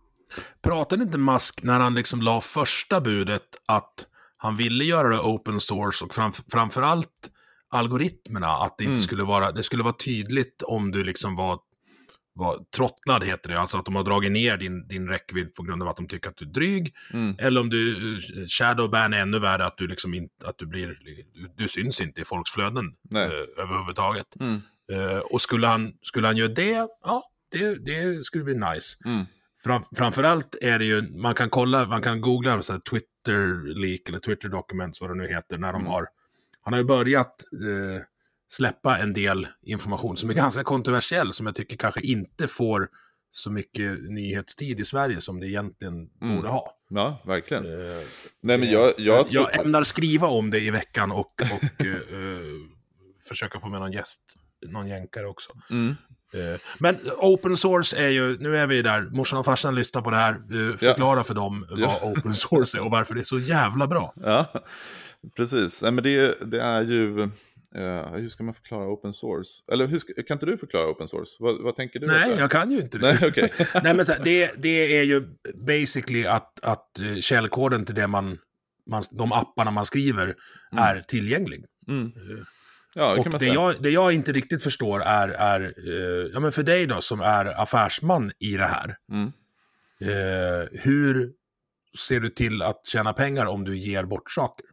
S3: Pratade inte Musk när han liksom la första budet att han ville göra det open source och framf- framförallt algoritmerna, att det inte mm. skulle vara, det skulle vara tydligt om du liksom var, var trottlad heter det, alltså att de har dragit ner din, din räckvidd på grund av att de tycker att du är dryg, mm. eller om du shadowban är ännu värre, att du liksom inte, att du blir, du, du syns inte i folks flöden eh, överhuvudtaget. Mm. Eh, och skulle han, skulle han göra det, ja, det, det skulle bli nice. Mm. Fram, framförallt är det ju, man kan kolla, man kan googla så här Twitter leak eller Twitter documents, vad det nu heter, när de mm. har, han har ju börjat eh, släppa en del information som är ganska kontroversiell, som jag tycker kanske inte får så mycket nyhetstid i Sverige som det egentligen mm. borde ha.
S4: Ja, verkligen. Uh,
S3: Nej, men jag, jag, tror... jag ämnar skriva om det i veckan och, och uh, försöka få med någon gäst, någon jänkare också. Mm. Uh, men open source är ju, nu är vi där, morsan och farsan lyssnar på det här, uh, förklara ja. för dem vad ja. open source är och varför det är så jävla bra.
S4: Ja, precis. Nej, men det, det är ju... Uh, hur ska man förklara open source? Eller hur ska, kan inte du förklara open source? Vad, vad tänker du?
S3: Nej, jag kan ju inte det.
S4: Nej, okay.
S3: Nej, men så här, det, det är ju basically att, att källkoden till det man, man, de apparna man skriver mm. är tillgänglig. Mm.
S4: Ja, det
S3: och
S4: kan man
S3: det,
S4: säga.
S3: jag, det jag inte riktigt förstår är, är eh, ja, men för dig då som är affärsman i det här.
S4: Mm.
S3: Eh, hur ser du till att tjäna pengar om du ger bort saker?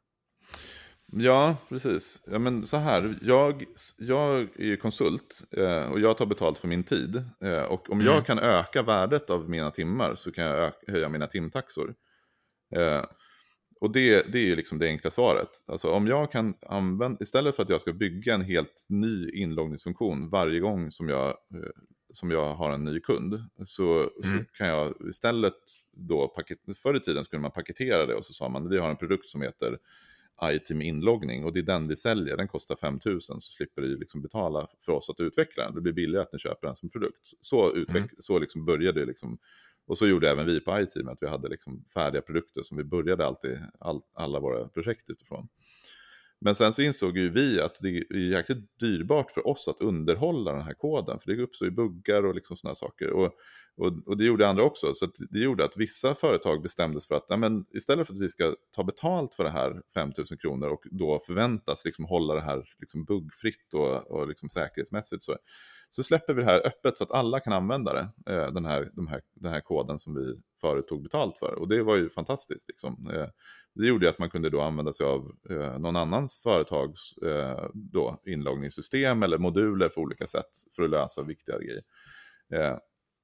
S4: Ja, precis. Ja, men så här, jag, jag är ju konsult eh, och jag tar betalt för min tid. Eh, och om
S3: Mm.
S4: jag kan öka värdet av mina timmar så kan jag öka, höja mina timtaxor. Eh, och det, det är ju liksom det enkla svaret. Alltså om jag kan använda, istället för att jag ska bygga en helt ny inloggningsfunktion varje gång som jag, eh, som jag har en ny kund, så, mm. så kan jag istället då, paket, förr i tiden skulle man paketera det och så sa man, vi har en produkt som heter iTeam inloggning och det är den vi säljer, den kostar fem tusen, så slipper du liksom betala för oss att utveckla den, det blir billigare att ni köper den som produkt. Så, utveck- mm. så liksom började det liksom, och så gjorde även vi på iTeam, att vi hade liksom färdiga produkter som vi började alltid all, alla våra projekt utifrån. Men sen så insåg ju vi att det är jäkligt dyrbart för oss att underhålla den här koden, för det uppstår ju buggar och liksom sådana saker. Och, och, och det gjorde andra också, så att det gjorde att vissa företag bestämdes för att ja, men istället för att vi ska ta betalt för det här fem tusen kronor och då förväntas liksom hålla det här liksom buggfritt och, och liksom säkerhetsmässigt, så, så släpper vi det här öppet så att alla kan använda det, den här, de här, den här koden som vi förut tog betalt för. Och det var ju fantastiskt liksom. Det gjorde att man kunde då använda sig av eh, någon annans företags eh, då, inloggningssystem eller moduler för olika sätt för att lösa viktiga grejer. Eh,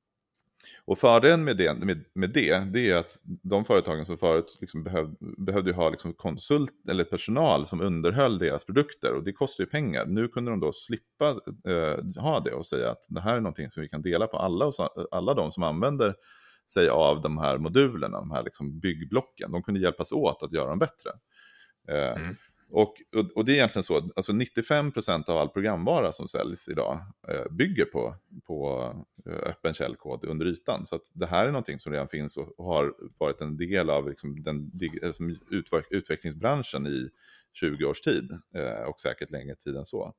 S4: och fördelen med det, med, med det, det är att de företagen som förut liksom behöv, behövde ha liksom konsult eller personal som underhöll deras produkter, och det kostar ju pengar. Nu kunde de då slippa eh, ha det och säga att det här är någonting som vi kan dela på alla, och så, alla de som använder sig av de här modulerna, de här liksom byggblocken. De kunde hjälpas åt att göra dem bättre. Eh, mm. och, och, och det är egentligen så, alltså nittiofem procent av all programvara som säljs idag eh, bygger på, på eh, öppen källkod under ytan. Så att det här är någonting som redan finns och, och har varit en del av liksom den liksom utveck- utvecklingsbranschen i tjugo års tid eh, och säkert längre tid än så.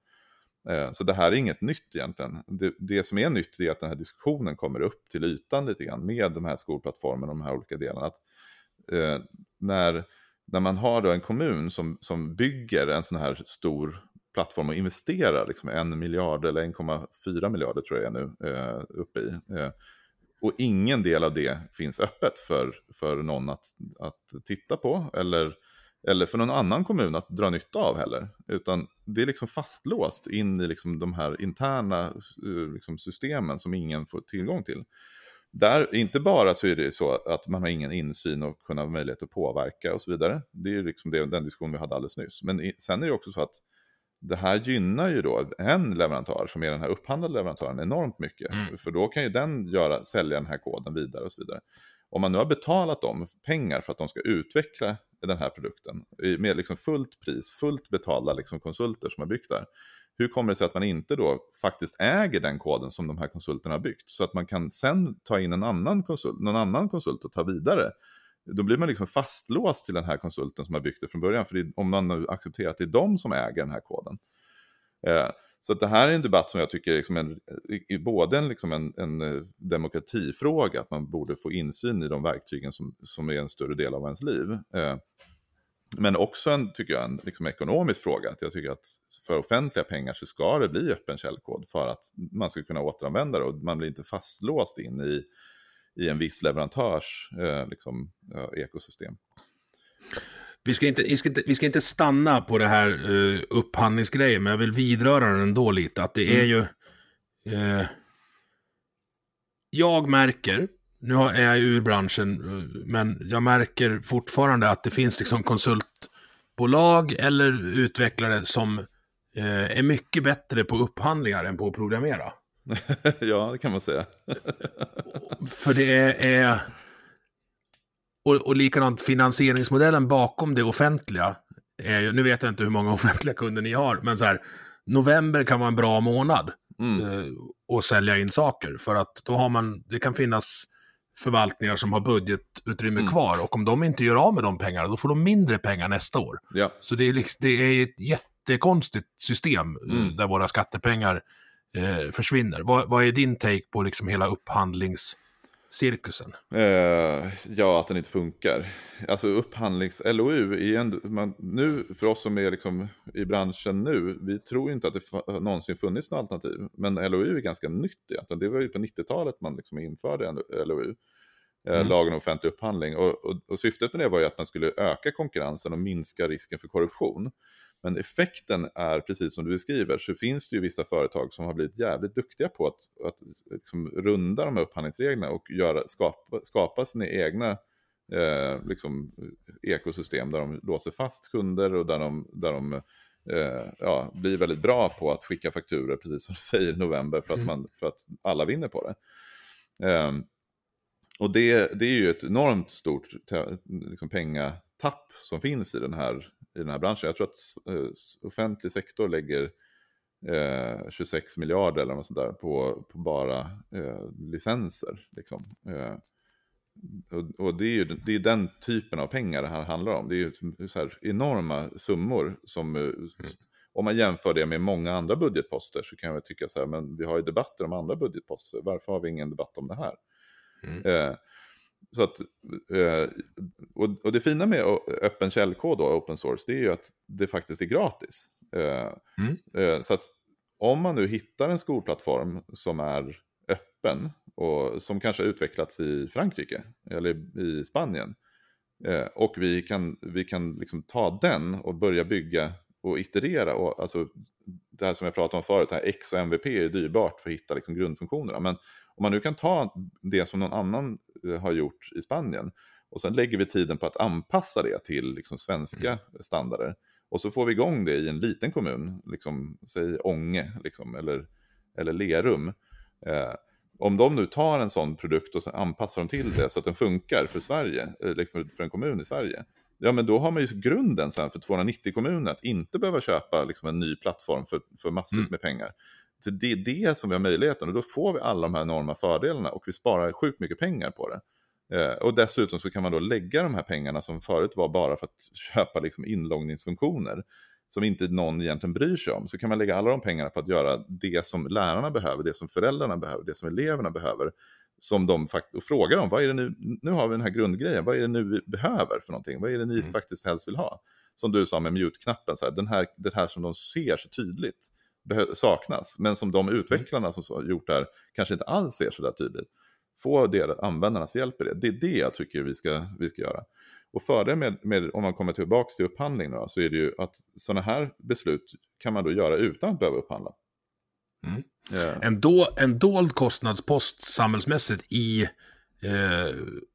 S4: Så det här är inget nytt egentligen. Det, det som är nytt är att den här diskussionen kommer upp till ytan lite grann med de här skolplattformarna och de här olika delarna. Att, eh, när, när man har då en kommun som, som bygger en sån här stor plattform och investerar liksom en miljard eller en komma fyra miljarder tror jag nu eh, uppe i. Eh, och ingen del av det finns öppet för, för någon att, att titta på eller eller för någon annan kommun att dra nytta av heller. Utan det är liksom fastlåst in i liksom de här interna liksom systemen som ingen får tillgång till. Där, inte bara så är det så att man har ingen insyn och kunna möjlighet att påverka och så vidare. Det är liksom det, den diskussion vi hade alldeles nyss. Men i, sen är det också så att det här gynnar ju då en leverantör som är den här upphandlade leverantören enormt mycket. Mm. För då kan ju den göra, sälja den här koden vidare och så vidare. Om man nu har betalat dem pengar för att de ska utveckla den här produkten med liksom fullt pris, fullt betalda liksom konsulter som har byggt där. Hur kommer det sig att man inte då faktiskt äger den koden som de här konsulterna har byggt? Så att man kan sen ta in en annan konsult, någon annan konsult och ta vidare. Då blir man liksom fastlåst till den här konsulten som har byggt det från början. För det, om man nu accepterar att det är de som äger den här koden. Eh, Så att det här är en debatt som jag tycker är liksom en, i både en, liksom en, en demokratifråga, att man borde få insyn i de verktygen som, som är en större del av ens liv. Eh, men också en, tycker jag, en liksom ekonomisk fråga. Att jag tycker att för offentliga pengar så ska det bli öppen källkod för att man ska kunna återanvända det. Och man blir inte fastlåst in i, i en viss leverantörs eh, liksom, eh, ekosystem.
S3: Vi ska, inte, vi, ska inte, vi ska inte stanna på det här uh, upphandlingsgrejen, men jag vill vidröra den ändå lite. Att det mm. är ju... Uh, jag märker, nu är jag ur branschen, uh, men jag märker fortfarande att det finns liksom konsultbolag eller utvecklare som uh, är mycket bättre på upphandlingar än på att programmera.
S4: Ja, det kan man säga.
S3: För det är... är Och, och likadant finansieringsmodellen bakom det offentliga är ju, nu vet jag inte hur många offentliga kunder ni har, men så här, november kan vara en bra månad mm. eh, och sälja in saker, för att då har man, det kan finnas förvaltningar som har budgetutrymme mm. kvar, och om de inte gör av med de pengarna, då får de mindre pengar nästa år.
S4: Ja.
S3: Så det är, liksom, det är ett jättekonstigt system mm. eh, där våra skattepengar eh, försvinner. Vad, vad är din take på liksom hela upphandlings cirkusen?
S4: Eh, ja, att den inte funkar. Alltså upphandlings-L O U är ändå, man, nu för oss som är liksom i branschen nu, vi tror inte att det f- någonsin funnits något alternativ. Men L O U är ganska nytt egentligen. Det var ju på nittiotalet man liksom införde L O U. Mm. Lagen om offentlig upphandling. Och, och, och syftet med det var ju att man skulle öka konkurrensen och minska risken för korruption. Men effekten är, precis som du beskriver, så finns det ju vissa företag som har blivit jävligt duktiga på att, att liksom runda de här upphandlingsreglerna och göra, skapa, skapa sina egna eh, liksom, ekosystem där de låser fast kunder och där de, där de eh, ja, blir väldigt bra på att skicka fakturer, precis som du säger, i november för att, man, för att alla vinner på det. Eh, och det, det är ju ett enormt stort liksom, pengatapp som finns i den här i den här branschen. Jag tror att uh, offentlig sektor lägger uh, tjugosex miljarder eller något sånt där på, på bara uh, licenser. Liksom. Uh, och och det, är ju, det är den typen av pengar det här handlar om. Det är ju så här enorma summor som, uh, mm. om man jämför det med många andra budgetposter så kan jag tycka så här, men vi har ju debatter om andra budgetposter. Varför har vi ingen debatt om det här? Mm. Uh, Så att, och det fina med öppen källkod och open source, det är ju att det faktiskt är gratis. Mm. Så att om man nu hittar en skolplattform som är öppen och som kanske har utvecklats i Frankrike eller i Spanien, och vi kan, vi kan liksom ta den och börja bygga och iterera, och alltså det här som jag pratade om förut, här X och M V P är dyrbart för att hitta liksom grundfunktionerna, men om man nu kan ta det som någon annan har gjort i Spanien och sen lägger vi tiden på att anpassa det till liksom svenska mm. standarder, och så får vi igång det i en liten kommun, liksom, säg Ånge liksom, eller, eller Lerum. Eh, om de nu tar en sån produkt och så anpassar de till det så att den funkar för Sverige, eller för, för en kommun i Sverige, ja, men då har man ju grunden sen för tvåhundranittio kommuner att inte behöva köpa liksom en ny plattform för, för massvis mm. med pengar. Så det är det som vi har möjligheten, och då får vi alla de här enorma fördelarna och vi sparar sjukt mycket pengar på det. Eh, och dessutom så kan man då lägga de här pengarna som förut var bara för att köpa liksom inloggningsfunktioner som inte någon egentligen bryr sig om. Så kan man lägga alla de pengarna på att göra det som lärarna behöver, det som föräldrarna behöver, det som eleverna behöver. Som de fakt- och frågar om, vad är det nu, nu har vi den här grundgrejen, vad är det nu vi behöver för någonting? Vad är det ni mm. faktiskt helst vill ha? Som du sa med mute-knappen, så här, den här, det här som de ser så tydligt behö- saknas, men som de utvecklarna mm. som har gjort det här kanske inte alls ser så där tydligt. Få det, användarnas hjälp i det. Det är det jag tycker vi ska, vi ska göra. Och för det med, med, om man kommer tillbaka till upphandling då, så är det ju att sådana här beslut kan man då göra utan att behöva upphandla.
S3: Mm. Yeah. En, då, en dold kostnadspost samhällsmässigt i eh,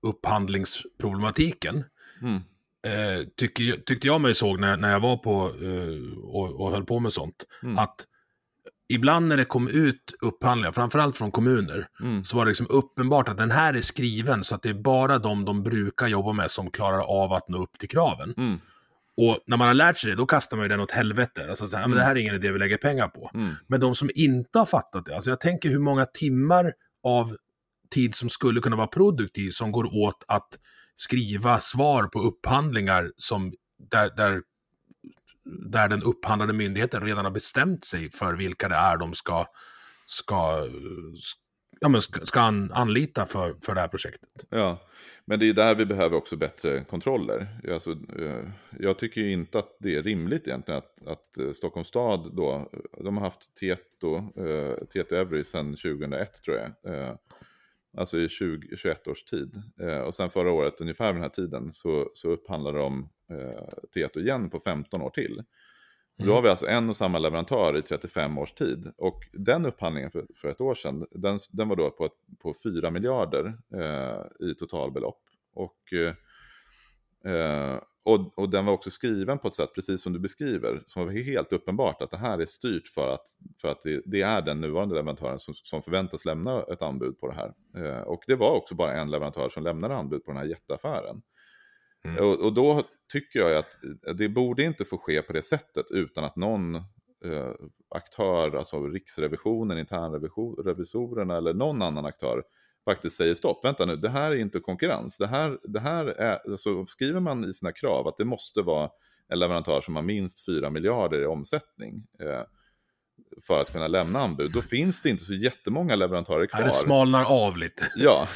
S3: upphandlingsproblematiken mm. eh, tycker, tyckte jag mig såg när, när jag var på eh, och, och höll på med sånt, mm. att ibland när det kom ut upphandlingar, framförallt från kommuner, mm. så var det liksom uppenbart att den här är skriven så att det är bara de de brukar jobba med som klarar av att nå upp till kraven. Mm. Och när man har lärt sig det, då kastar man ju den åt helvete. Alltså, så här, mm. men det här är ingen idé vi lägger pengar på. Mm. Men de som inte har fattat det, alltså jag tänker hur många timmar av tid som skulle kunna vara produktiv som går åt att skriva svar på upphandlingar som där, där där den upphandlade myndigheten redan har bestämt sig för vilka det är de ska, ska, ja, men ska, ska an, anlita för, för det här projektet. Ja,
S4: men det är där vi behöver också bättre kontroller. Alltså, jag tycker ju inte att det är rimligt egentligen att, att Stockholms stad då, de har haft Tieto, Tieto Every sedan tjugohundraett tror jag. Alltså i tjugo, tjugoett års tid. Och sen förra året, ungefär den här tiden, så, så upphandlade de eh, Tieto igen på femton år till. Mm. Då har vi alltså en och samma leverantör i trettiofem års tid. Och den upphandlingen för, för ett år sedan, den, den var då på, på fyra miljarder eh, i totalbelopp. Och, eh, och, och den var också skriven på ett sätt, precis som du beskriver, som var helt uppenbart att det här är styrt för att, för att det, det är den nuvarande leverantören som, som förväntas lämna ett anbud på det här. Eh, och det var också bara en leverantör som lämnade anbud på den här jätteaffären. Mm. Och, och då tycker jag att det borde inte få ske på det sättet utan att någon eh, aktör, alltså Riksrevisionen, internrevisorerna eller någon annan aktör faktiskt säger stopp, vänta nu, det här är inte konkurrens. Det här, det här är, alltså skriver man i sina krav att det måste vara en leverantör som har minst fyra miljarder i omsättning. Eh, för att kunna lämna anbud, då finns det inte så jättemånga leverantörer kvar.
S3: Ja, det smalnar av lite.
S4: Ja,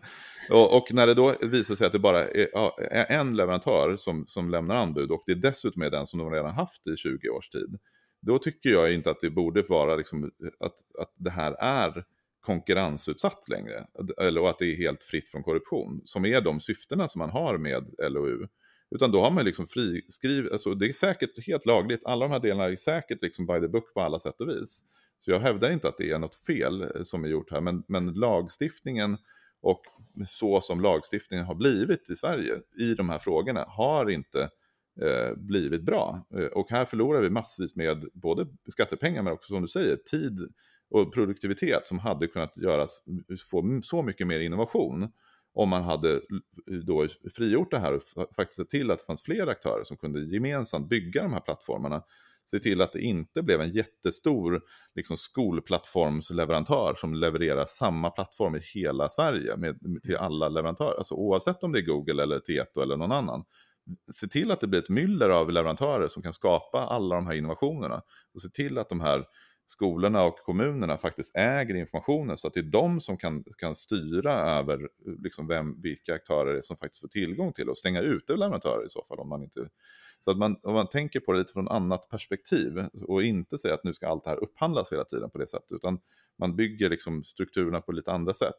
S4: och, och när det då visar sig att det bara är, ja, är en leverantör som, som lämnar anbud, och det är dessutom är den som de redan haft i tjugo års tid, då tycker jag inte att det borde vara liksom, att, att det här är konkurrensutsatt längre, eller och att det är helt fritt från korruption, som är de syftena som man har med L O U. Utan då har man liksom friskriv, alltså det är säkert helt lagligt, alla de här delarna är säkert liksom by the book på alla sätt och vis. Så jag hävdar inte att det är något fel som är gjort här, men, men lagstiftningen och så som lagstiftningen har blivit i Sverige i de här frågorna har inte eh, blivit bra. Och här förlorar vi massvis med både skattepengar men också, som du säger, tid och produktivitet som hade kunnat göras, få så mycket mer innovation om man hade då frigjort det här och faktiskt sett till att det fanns fler aktörer som kunde gemensamt bygga de här plattformarna. Se till att det inte blev en jättestor liksom, skolplattformsleverantör som levererar samma plattform i hela Sverige med, till alla leverantörer. Alltså oavsett om det är Google eller Tieto eller någon annan. Se till att det blir ett myller av leverantörer som kan skapa alla de här innovationerna. Och se till att de här skolorna och kommunerna faktiskt äger informationen så att det är de som kan, kan styra över liksom vem, vilka aktörer som faktiskt får tillgång till och stänga ute leverantörer i så fall om man inte. Så att man, om man tänker på det lite från ett annat perspektiv och inte säger att nu ska allt det här upphandlas hela tiden på det sättet, utan man bygger liksom strukturerna på lite andra sätt.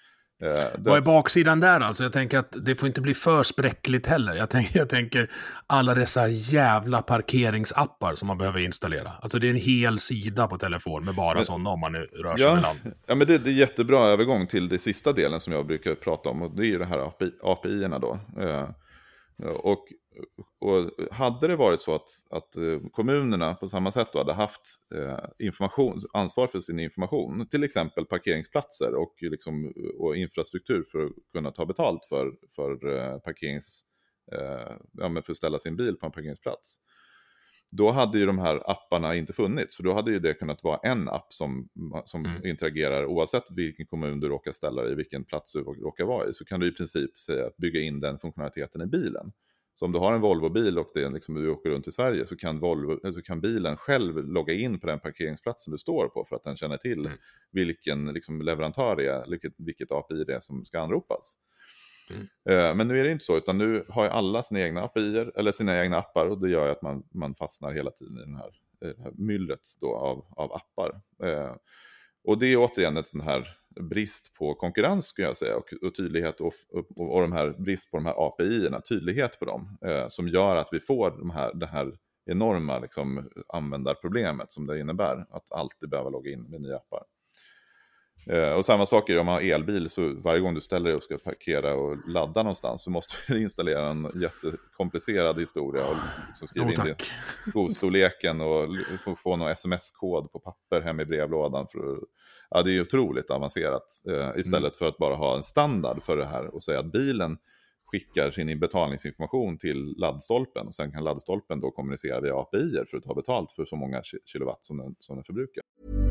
S4: Eh,
S3: Vad är baksidan där alltså? Jag tänker att det får inte bli för spräckligt heller. Jag tänker, jag tänker alla dessa jävla parkeringsappar som man behöver installera. Alltså det är en hel sida på telefon med bara men, sådana om man rör sig
S4: ja,
S3: mellan.
S4: Ja, men det, det är jättebra övergång till det sista delen som jag brukar prata om. Och det är ju det här A P I-erna då. Eh, och, och hade det varit så att, att kommunerna på samma sätt då hade haft eh, information, ansvar för sin information, till exempel parkeringsplatser och, liksom, och infrastruktur för att kunna ta betalt för, för, eh, parkerings, eh, ja, men för att ställa sin bil på en parkeringsplats. Då hade ju de här apparna inte funnits, för då hade ju det kunnat vara en app som, som mm. interagerar oavsett vilken kommun du råkar ställa dig i, vilken plats du råkar vara i, så kan du i princip säga att bygga in den funktionaliteten i bilen. Så om du har en Volvo-bil och det liksom, du åker runt i Sverige, så kan, Volvo, så kan bilen själv logga in på den parkeringsplatsen du står på för att den känner till mm. vilken liksom, leverantör det är, vilket, vilket A P I det är som ska anropas. Mm. Men nu är det inte så, utan nu har ju alla sina egna A P I-er, eller sina egna appar, och det gör ju att man, man fastnar hela tiden i den här, det här myllret då av, av appar. Eh, och det är återigen en sån här brist på konkurrens, skulle jag säga, och, och tydlighet och, och, och de här brist på de här A P I-erna, tydlighet på dem, eh, som gör att vi får de här, det här enorma liksom, användarproblemet som det innebär att alltid behöva logga in med nya appar. Eh, och samma sak är om man har elbil, så varje gång du ställer dig och ska parkera och ladda någonstans så måste du installera en jättekomplicerad historia och liksom skriva oh, in din skostorleken och få någon sms-kod på papper hem i brevlådan. För, ja, det är otroligt avancerat eh, istället mm. för att bara ha en standard för det här och säga att bilen skickar sin betalningsinformation till laddstolpen och sen kan laddstolpen då kommunicera via A P I-er för att ta betalt för så många kilowatt som den, som den förbrukar.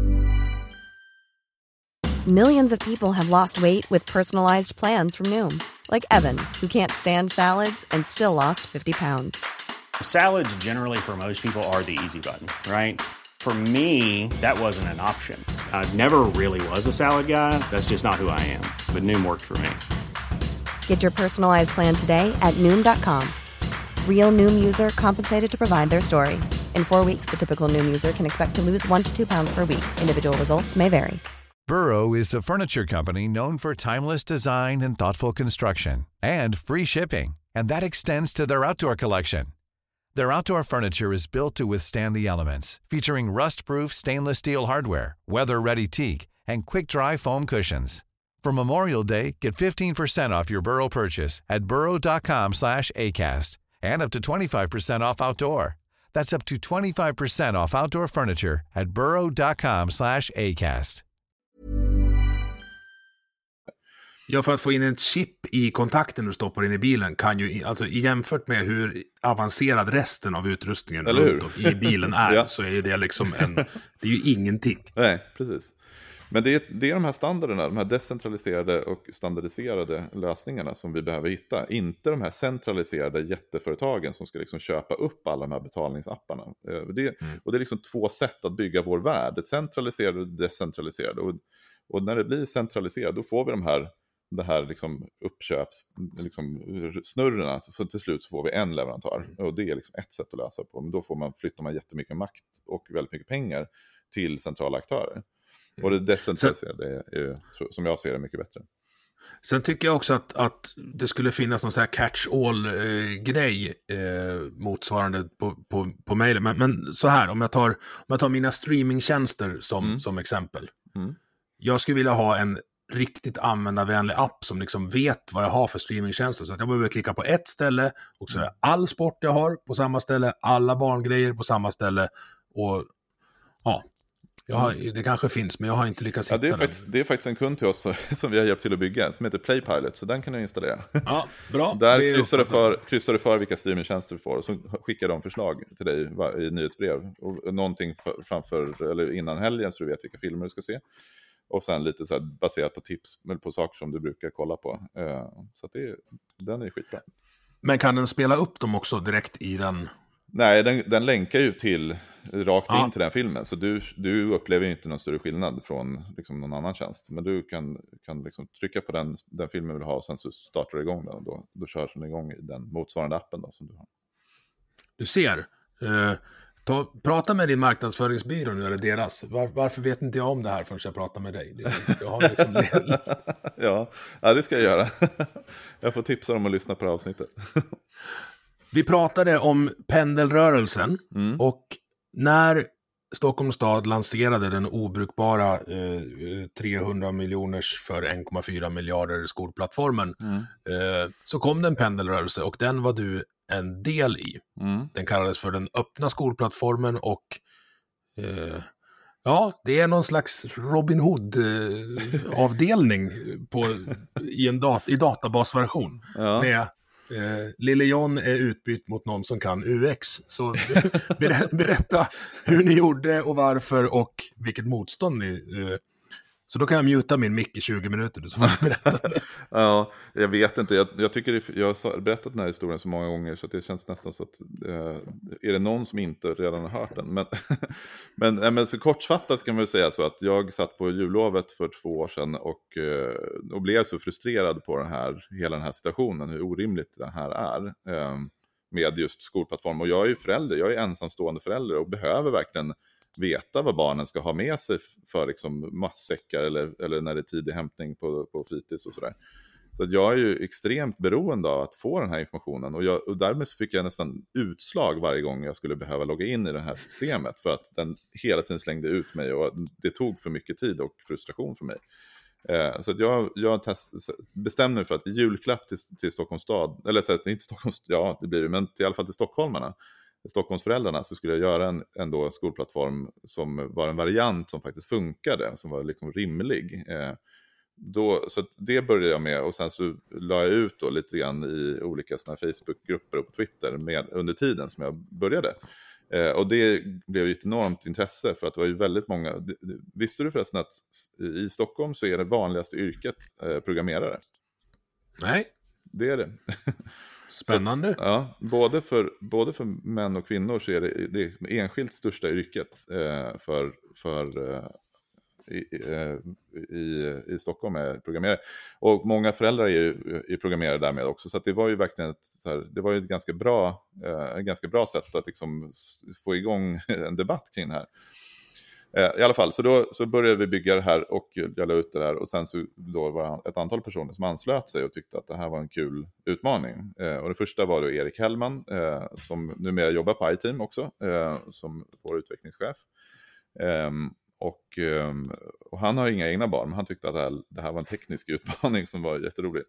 S5: Millions of people have lost weight with personalized plans from Noom. Like Evan, who can't stand salads and still lost fifty pounds.
S6: Salads generally for most people are the easy button, right? For me, that wasn't an option. I never really was a salad guy. That's just not who I am. But Noom worked for me.
S5: Get your personalized plan today at Noom dot com. Real Noom user compensated to provide their story. In four weeks, the typical Noom user can expect to lose one to two pounds per week. Individual results may vary.
S7: Burrow is a furniture company known for timeless design and thoughtful construction, and free shipping, and that extends to their outdoor collection. Their outdoor furniture is built to withstand the elements, featuring rust-proof stainless steel hardware, weather-ready teak, and quick-dry foam cushions. For Memorial Day, get fifteen percent off your Burrow purchase at burrow dot com slash acast, and up to twenty-five percent off outdoor. That's up to twenty-five percent off outdoor furniture at burrow dot com slash acast.
S3: Ja, för att få in en chip i kontakten du stoppar in i bilen kan ju, alltså jämfört med hur avancerad resten av utrustningen runt och i bilen är, ja. Så är det liksom en, det är ju ingenting.
S4: Nej, precis. Men det är, det är de här standarderna, de här decentraliserade och standardiserade lösningarna som vi behöver hitta. Inte de här centraliserade jätteföretagen som ska liksom köpa upp alla de här betalningsapparna. Det, mm. Och det är liksom två sätt att bygga vår värld. Det centraliserade och decentraliserade. Och, och när det blir centraliserat då får vi de här, det här liksom uppköps, liksom snurrorna. Så till slut så får vi en leverantör. Mm. Och det är liksom ett sätt att lösa på. Men då får man, flyttar man jättemycket makt och väldigt mycket pengar till centrala aktörer. Och det decentraliserade är, är, som jag ser det, mycket bättre.
S3: Sen tycker jag också att, att det skulle finnas någon sån här catch-all-grej eh, motsvarande på, på, på mejlen. Men, men så här, om jag tar, om jag tar mina streamingtjänster som, mm. som exempel. Mm. Jag skulle vilja ha en riktigt användarvänlig app som liksom vet vad jag har för streamingtjänster. Så att jag behöver klicka på ett ställe och så är all sport jag har på samma ställe, alla barngrejer på samma ställe och ja... Jag har, det kanske finns, men jag har inte lyckats
S4: ja,
S3: hitta
S4: det är
S3: den.
S4: Faktiskt, det är faktiskt en kund till oss som vi har hjälpt till att bygga, som heter Playpilot, så den kan du installera.
S3: Ja,
S4: bra. Där kryssar du, för, kryssar du för vilka streamingtjänster du får, och så skickar de förslag till dig i nyhetsbrev. Och någonting för, framför, eller innan helgen, så du vet vilka filmer du ska se. Och sen lite så här baserat på tips, eller på saker som du brukar kolla på. Så att det, den är skitbra.
S3: Men kan den spela upp dem också direkt i den...
S4: Nej, den, den länkar ju till rakt in ja. till den filmen. Så du, du upplever ju inte någon större skillnad från liksom, någon annan tjänst. Men du kan, kan liksom trycka på den, den filmen du vill ha och sen så startar du igång den. Och då, då kör den igång i den motsvarande appen då, som du har.
S3: Du ser. Uh, ta, prata med din marknadsföringsbyrå nu, eller deras. Var, varför vet inte jag om det här förrän jag pratar med dig? Det, jag har liksom...
S4: ja, ja, det ska jag göra. Jag får tipsa dem att lyssna på det här avsnittet.
S3: Vi pratade om pendelrörelsen mm. och när Stockholms stad lanserade den obrukbara eh, trehundra miljoners för en komma fyra miljarder skolplattformen mm. eh, så kom det en pendelrörelse och den var du en del i. Mm. Den kallades för den öppna skolplattformen och eh, ja, det är någon slags Robin Hood-avdelning på, i en dat- i databasversion ja. med Eh, Lille John är utbytt mot någon som kan U X. Så ber- berätta hur ni gjorde och varför och vilket motstånd ni... Eh, så då kan jag muta min mick i tjugo minuter. Så får jag berätta det.
S4: Ja, jag vet inte. Jag, jag tycker det, jag har berättat den här historien så många gånger så att det känns nästan så att eh, är det någon som inte redan har hört den. Men, men, äh, men så kortfattat kan man säga så att jag satt på jullovet för två år sedan och, eh, och blev så frustrerad på den här, hela den här situationen, hur orimligt det här är eh, med just skolplattform. Och jag är ju förälder, jag är ensamstående förälder och behöver verkligen veta vad barnen ska ha med sig för liksom matsäckar eller, eller när det är tidig hämtning på, på fritids och sådär. Så att jag är ju extremt beroende av att få den här informationen och, jag, och därmed så fick jag nästan utslag varje gång jag skulle behöva logga in i det här systemet för att den hela tiden slängde ut mig och det tog för mycket tid och frustration för mig. Eh, så att jag, jag test, bestämde mig för att i julklapp till, till Stockholms stad, eller så att inte Stockholms, ja det blir det, men till, i alla fall till stockholmarna, Stockholmsföräldrarna, så skulle jag göra en ändå skolplattform som var en variant som faktiskt funkade, som var liksom rimlig. Eh, då, så det började jag med och sen så la jag ut då lite grann i olika såna här Facebookgrupper och på Twitter med, under tiden som jag började. Eh, och det blev ju ett enormt intresse för att det var ju väldigt många. Visste du förresten att i Stockholm så är det vanligaste yrket eh, programmerare?
S3: Nej.
S4: Det är det.
S3: Spännande.
S4: Att, ja, både för, både för män och kvinnor så är det det enskilt största yrket eh, för, för eh, i, i, i Stockholm är programmerare. Och många föräldrar är ju är programmerare därmed också. Så att det var ju verkligen ett, så här, det var ju ett ganska bra, eh, ett ganska bra sätt att liksom få igång en debatt kring det här. I alla fall, så då så började vi bygga det här och jag la ut det här och sen så då var det ett antal personer som anslöt sig och tyckte att det här var en kul utmaning. Eh, och det första var då Erik Hellman eh, som numera jobbar på iTeam också eh, som vår utvecklingschef. Eh, och, eh, och han har inga egna barn men han tyckte att det här, det här var en teknisk utmaning som var jätterolig.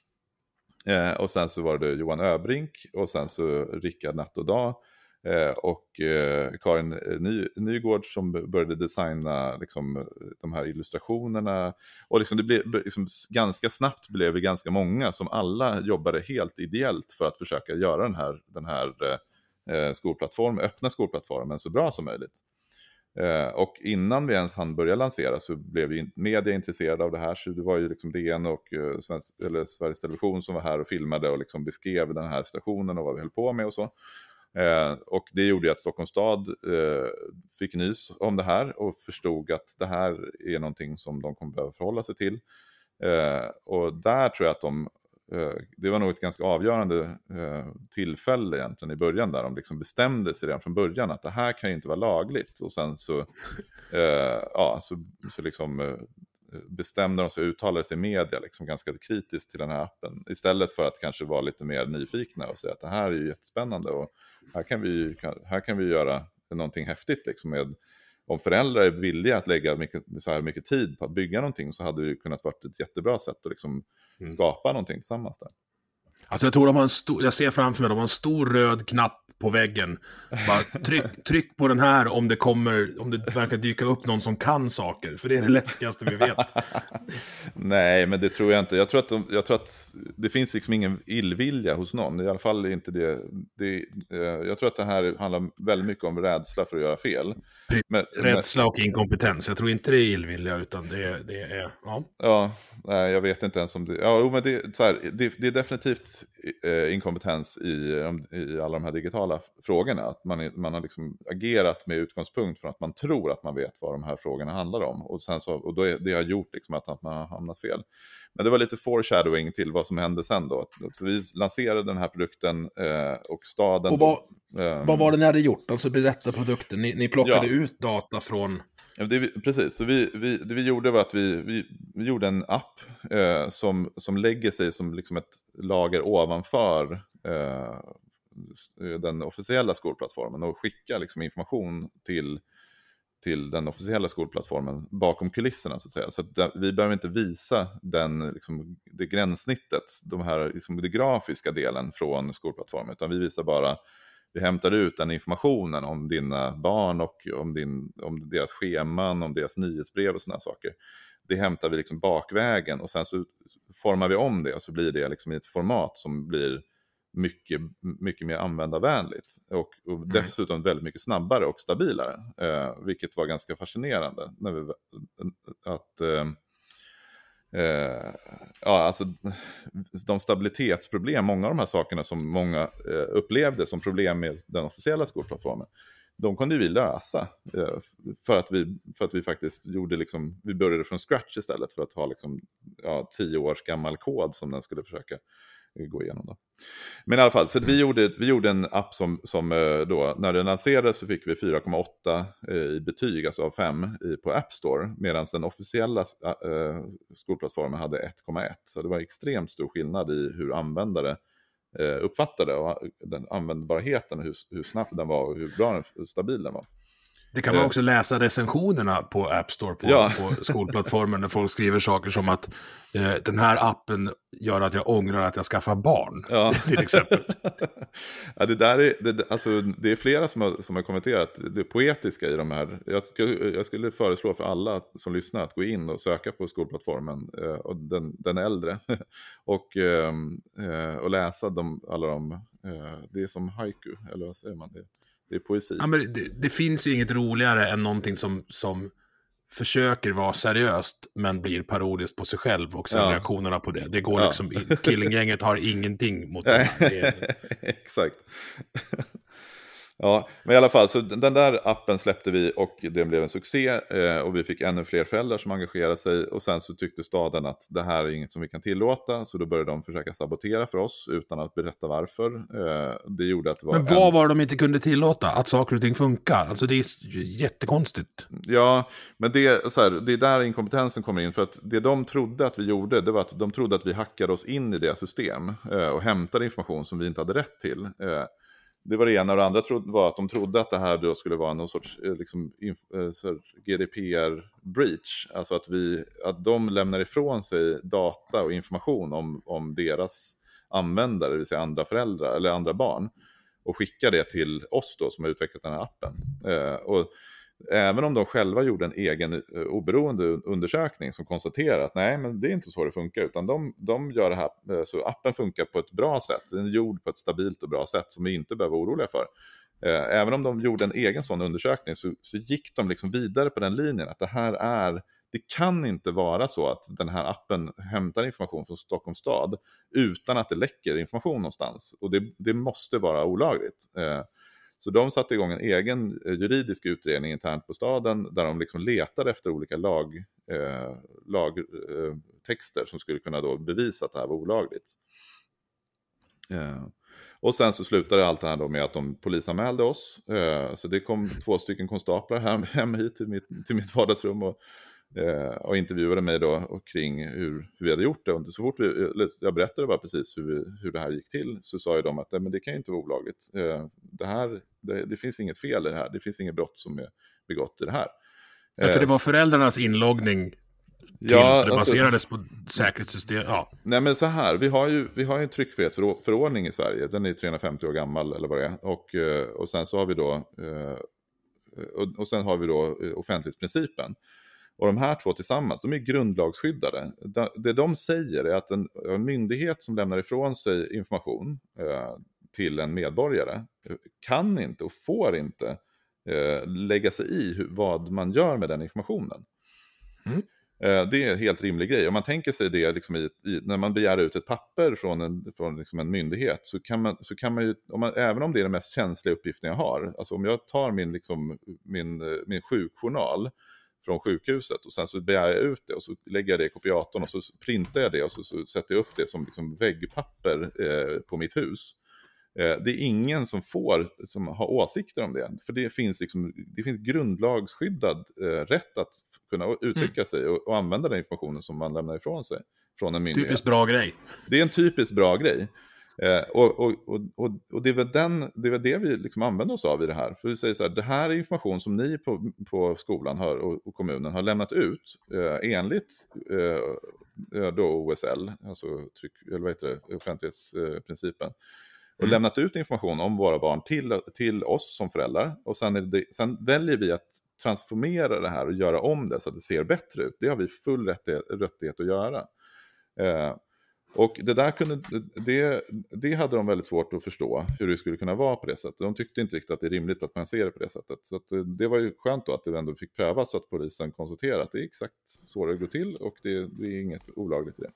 S4: Eh, och sen så var det Johan Öbrink och sen så Rickard Natt och Dag. Eh, och eh, Karin Ny, Nygård som började designa liksom, de här illustrationerna och liksom, det blev, liksom, ganska snabbt blev vi ganska många som alla jobbade helt ideellt för att försöka göra den här, den här eh, skolplattformen, öppna skolplattformen så bra som möjligt. Eh, och innan vi ens hann börja lansera så blev vi media intresserade av det här. Så det var ju liksom D N och eh, Svensk, eller Sveriges Television som var här och filmade och liksom beskrev den här stationen och vad vi höll på med och så. Eh, och det gjorde att Stockholms stad eh, fick nys om det här och förstod att det här är någonting som de kommer behöva förhålla sig till. Eh, och där tror jag att de, eh, det var nog ett ganska avgörande eh, tillfälle egentligen i början där de liksom bestämde sig redan från början att det här kan ju inte vara lagligt. Och sen så, eh, ja, så, så liksom eh, bestämde de sig och uttalade sig i media liksom ganska kritiskt till den här appen. Istället för att kanske vara lite mer nyfikna och säga att det här är ju jättespännande och här kan vi, här kan vi göra någonting häftigt liksom med. Om föräldrar är villiga att lägga mycket, så här mycket tid på att bygga någonting så hade det kunnat vara ett jättebra sätt att liksom mm. skapa någonting tillsammans där.
S3: Alltså jag tror de har en stor, jag ser framför mig, de har en stor röd knapp på väggen. Bara tryck, tryck på den här om det kommer, om det verkar dyka upp någon som kan saker. För det är det läskigaste vi vet.
S4: Nej, men det tror jag inte. Jag tror att, de, jag tror att det finns liksom ingen illvilja hos någon. I alla fall inte det. det jag tror att det här handlar väldigt mycket om rädsla för att göra fel. Men,
S3: rädsla och inkompetens. Jag tror inte det är illvilja utan det är, det är ja.
S4: Ja, nej, jag vet inte ens om det. Ja, men det, så här, det, det är definitivt eh, inkompetens i, i alla de här digitala frågorna. Att man, man har liksom agerat med utgångspunkt från att man tror att man vet vad de här frågorna handlar om. Och, sen så, och då är, det har gjort liksom att, att man har hamnat fel. Men det var lite foreshadowing till vad som hände sen då. Så vi lanserade den här produkten eh, och staden...
S3: Och vad,
S4: eh,
S3: vad var det ni hade gjort? Alltså berätta produkten. Ni, ni plockade
S4: ja.
S3: ut data från...
S4: Ja, det vi, precis, så vi, vi, det vi gjorde var att vi, vi, vi gjorde en app eh, som, som lägger sig som liksom ett lager ovanför eh, den officiella skolplattformen och skickar liksom information till, till den officiella skolplattformen bakom kulisserna så att säga. Så att där, vi behöver inte visa den, liksom, det gränssnittet, de här, liksom, det grafiska delen från skolplattformen, utan vi visar bara, vi hämtar ut den informationen om dina barn och om, din, om deras scheman, om deras nyhetsbrev och sådana saker. Det hämtar vi liksom bakvägen och sen så formar vi om det och så blir det liksom i ett format som blir mycket, mycket mer användarvänligt och, och mm. dessutom väldigt mycket snabbare och stabilare, eh, vilket var ganska fascinerande när vi, att eh, eh, ja, alltså de stabilitetsproblem, många av de här sakerna som många eh, upplevde som problem med den officiella skolplattformen, de kunde vi lösa eh, för att vi för att vi faktiskt gjorde liksom, vi började från scratch istället för att ha liksom ja, tio års gammal kod som den skulle försöka gå igenom då. Men i alla fall, så vi gjorde, vi gjorde en app som, som då, när den lanserades så fick vi fyra komma åtta i betyg, alltså av fem i, på App Store, medan den officiella äh, skolplattformen hade ett komma ett. Så det var extremt stor skillnad i hur användare äh, uppfattade och den användbarheten, hur, hur snabb den var och hur bra och stabil den var.
S3: Det kan man också läsa recensionerna på App Store på, ja. på skolplattformen när folk skriver saker som att eh, den här appen gör att jag ångrar att jag skaffar barn, ja. till exempel.
S4: Ja, det, där är, det, alltså, det är flera som har, som har kommenterat det poetiska i de här. Jag skulle, jag skulle föreslå för alla som lyssnar att gå in och söka på skolplattformen eh, och den, den äldre och, eh, och läsa dem, alla de, eh, det är som haiku, eller vad säger man det? Det är poesi.
S3: Ja, men det, det finns ju inget roligare än någonting som, som försöker vara seriöst men blir parodiskt på sig själv och sen ja. reaktionerna på det. Det går ja. liksom, Killinggänget har ingenting mot det. det
S4: Exakt. Ja, men i alla fall, så den där appen släppte vi och den blev en succé eh, och vi fick ännu fler föräldrar som engagerade sig och sen så tyckte staden att det här är inget som vi kan tillåta, så då började de försöka sabotera för oss utan att berätta varför. Eh, det gjorde att det var
S3: Men vad
S4: en...
S3: var de inte kunde tillåta? Att saker och ting funkar? Alltså det är jättekonstigt.
S4: Ja, men det, så här, det är där inkompetensen kommer in, för att det de trodde att vi gjorde, det var att de trodde att vi hackade oss in i deras system eh, och hämtade information som vi inte hade rätt till. Eh, Det var det ena, och det andra trodde, var att de trodde att det här då skulle vara någon sorts liksom, G D P R-breach. Alltså att, vi, att de lämnar ifrån sig data och information om, om deras användare, det vill säga andra föräldrar eller andra barn. Och skickar det till oss då som har utvecklat den här appen. Eh, och även om de själva gjorde en egen uh, oberoende undersökning som konstaterar att nej, men det är inte så det funkar, utan de, de gör det här, uh, så appen funkar på ett bra sätt, den är gjord på ett stabilt och bra sätt som vi inte behöver vara oroliga för. Eh, även om de gjorde en egen sån undersökning så, så gick de liksom vidare på den linjen att det här är, det kan inte vara så att den här appen hämtar information från Stockholms stad utan att det läcker information någonstans. Och det, det måste vara olagligt. Eh, så de satte igång en egen juridisk utredning internt på staden där de liksom letade efter olika lag, eh, lagtexter eh, som skulle kunna då bevisa att det här var olagligt. Eh, och sen så slutade allt det här då med att de polisanmälde oss. Eh, så det kom två stycken konstaplar hem, hem hit till mitt, till mitt vardagsrum och och intervjuade mig då kring hur, hur vi hade gjort det. Och så fort vi, jag berättade bara precis hur, vi, hur det här gick till så sa ju de att men det kan ju inte vara olagligt. Det, här, det, det finns inget fel i det här. Det finns inget brott som är begått i det här.
S3: Ja, för det var föräldrarnas inloggning till,
S4: ja,
S3: så det
S4: alltså,
S3: baserades på säkerhetssystem. Ja.
S4: Nej men så här, vi har ju, vi har ju en tryckfrihetsförordning i Sverige. Den är trehundrafemtio år gammal eller vad det är. Och, och sen så har vi då och, och sen har vi då offentlighetsprincipen. Och de här två tillsammans, de är grundlagsskyddade. Det de säger är att en, en myndighet som lämnar ifrån sig information eh, till en medborgare kan inte och får inte eh, lägga sig i hur, vad man gör med den informationen. Mm. Eh, det är en helt rimlig grej. Om man tänker sig det liksom i, i, när man begär ut ett papper från en, från liksom en myndighet så kan man, så kan man ju, om man, även om det är den mest känsliga uppgiften jag har, alltså om jag tar min, liksom, min, min sjukjournal från sjukhuset och sen så begär jag ut det och så lägger jag det i kopiatorn och så printar jag det och så, så sätter jag upp det som liksom väggpapper eh, på mitt hus. Eh, det är ingen som får, som har åsikter om det, för det finns liksom, det finns grundlagsskyddad eh, rätt att kunna uttrycka mm. sig och, och använda den informationen som man lämnar ifrån sig från en myndighet.
S3: Typiskt bra grej.
S4: Det är en typiskt bra grej. Eh, och, och, och, och det är väl den, det är väl det vi liksom använder oss av i det här. För vi säger så här, det här är information som ni på, på skolan har, och, och kommunen har lämnat ut eh, enligt eh, då O S L, alltså tryck, eller vad heter det, offentlighetsprincipen. Och mm. lämnat ut information om våra barn till, till oss som föräldrar. Och sen, är det, sen väljer vi att transformera det här och göra om det så att det ser bättre ut. Det har vi full rättighet, rättighet att göra. Eh, Och det där kunde, det, det hade de väldigt svårt att förstå hur det skulle kunna vara på det sättet. De tyckte inte riktigt att det är rimligt att man ser det på det sättet. Så att det var ju skönt då att det ändå fick prövas så att polisen konstaterade att det är exakt så det går till och det, det är inget olagligt i det.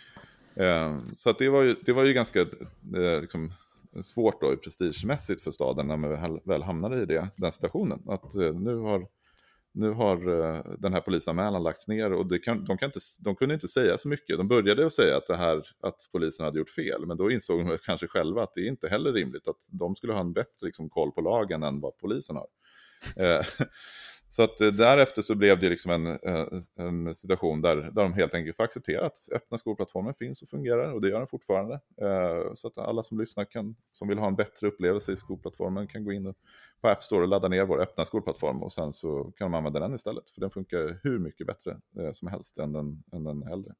S4: Så att det var ju, det var ju ganska liksom, svårt då prestigemässigt för staden när man väl hamnade i det, den situationen. Att nu har... Nu har uh, den här polisanmälan lagts ner och det kan, de, kan inte, de kunde inte säga så mycket. De började att säga att, det här, att polisen hade gjort fel, men då insåg de kanske själva att det är inte heller rimligt att de skulle ha en bättre liksom, koll på lagen än vad polisen har. Uh, så att uh, därefter så blev det liksom en, uh, en situation där, där de helt enkelt får acceptera att öppna skolplattformen finns och fungerar och det gör den fortfarande. Uh, så att alla som lyssnar kan, som vill ha en bättre upplevelse i skolplattformen kan gå in och på App Store och ladda ner vår öppna skolplattform och sen så kan de använda den istället. För den funkar hur mycket bättre eh, som helst än den, än den äldre.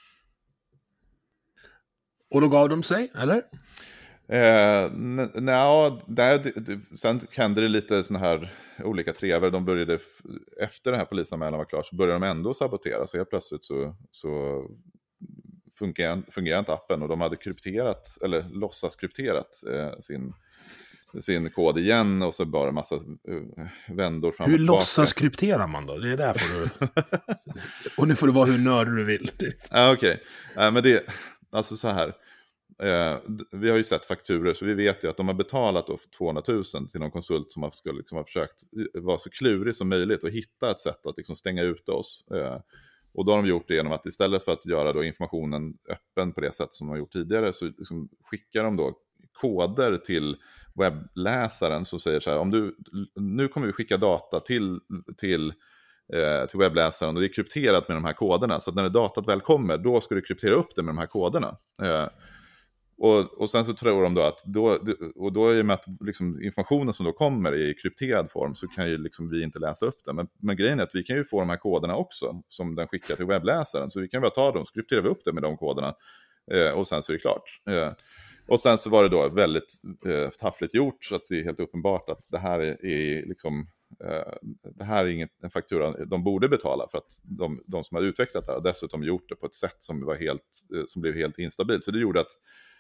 S3: Och då gav de sig, eller?
S4: Eh, n- nej, det, det, sen hände det lite såna här olika trever. De började, f- efter den här polisanmälan var klar så började de ändå sabotera. Så helt plötsligt så, så fungerar, fungerar inte appen och de hade krypterat, eller låtsas krypterat eh, sin... sin kod igen och så bara en massa uh, vändor fram och
S3: hur
S4: tillbaka.
S3: låtsas krypterar man då? Det är där får du... och nu får du vara hur nörd du vill.
S4: ah, Okej, okay. uh, men det alltså så här. Uh, vi har ju sett fakturer så vi vet ju att de har betalat då tvåhundratusen till någon konsult som har, skulle, liksom har försökt vara så klurig som möjligt och hitta ett sätt att liksom stänga ut oss. Uh, och då har de gjort det genom att istället för att göra då informationen öppen på det sätt som de har gjort tidigare så liksom skickar de då koder till webbläsaren som säger så här, om du, nu kommer vi skicka data till, till, eh, till webbläsaren och det är krypterat med de här koderna så att när datat väl kommer då ska du kryptera upp det med de här koderna. Eh, och, och sen så tror de då att då, och då i och med att liksom informationen som då kommer i krypterad form så kan ju liksom vi inte läsa upp den. Men, men grejen är att vi kan ju få de här koderna också som den skickar till webbläsaren så vi kan bara ta dem, så krypterar vi upp det med de koderna eh, och sen så är det klart. Eh, Och sen så var det då väldigt eh, taffligt gjort så att det är helt uppenbart att det här är, är liksom eh, det här är inget, en faktura de borde betala för att de, de som har utvecklat det här har dessutom gjort det på ett sätt som var helt, eh, som blev helt instabilt. Så det gjorde att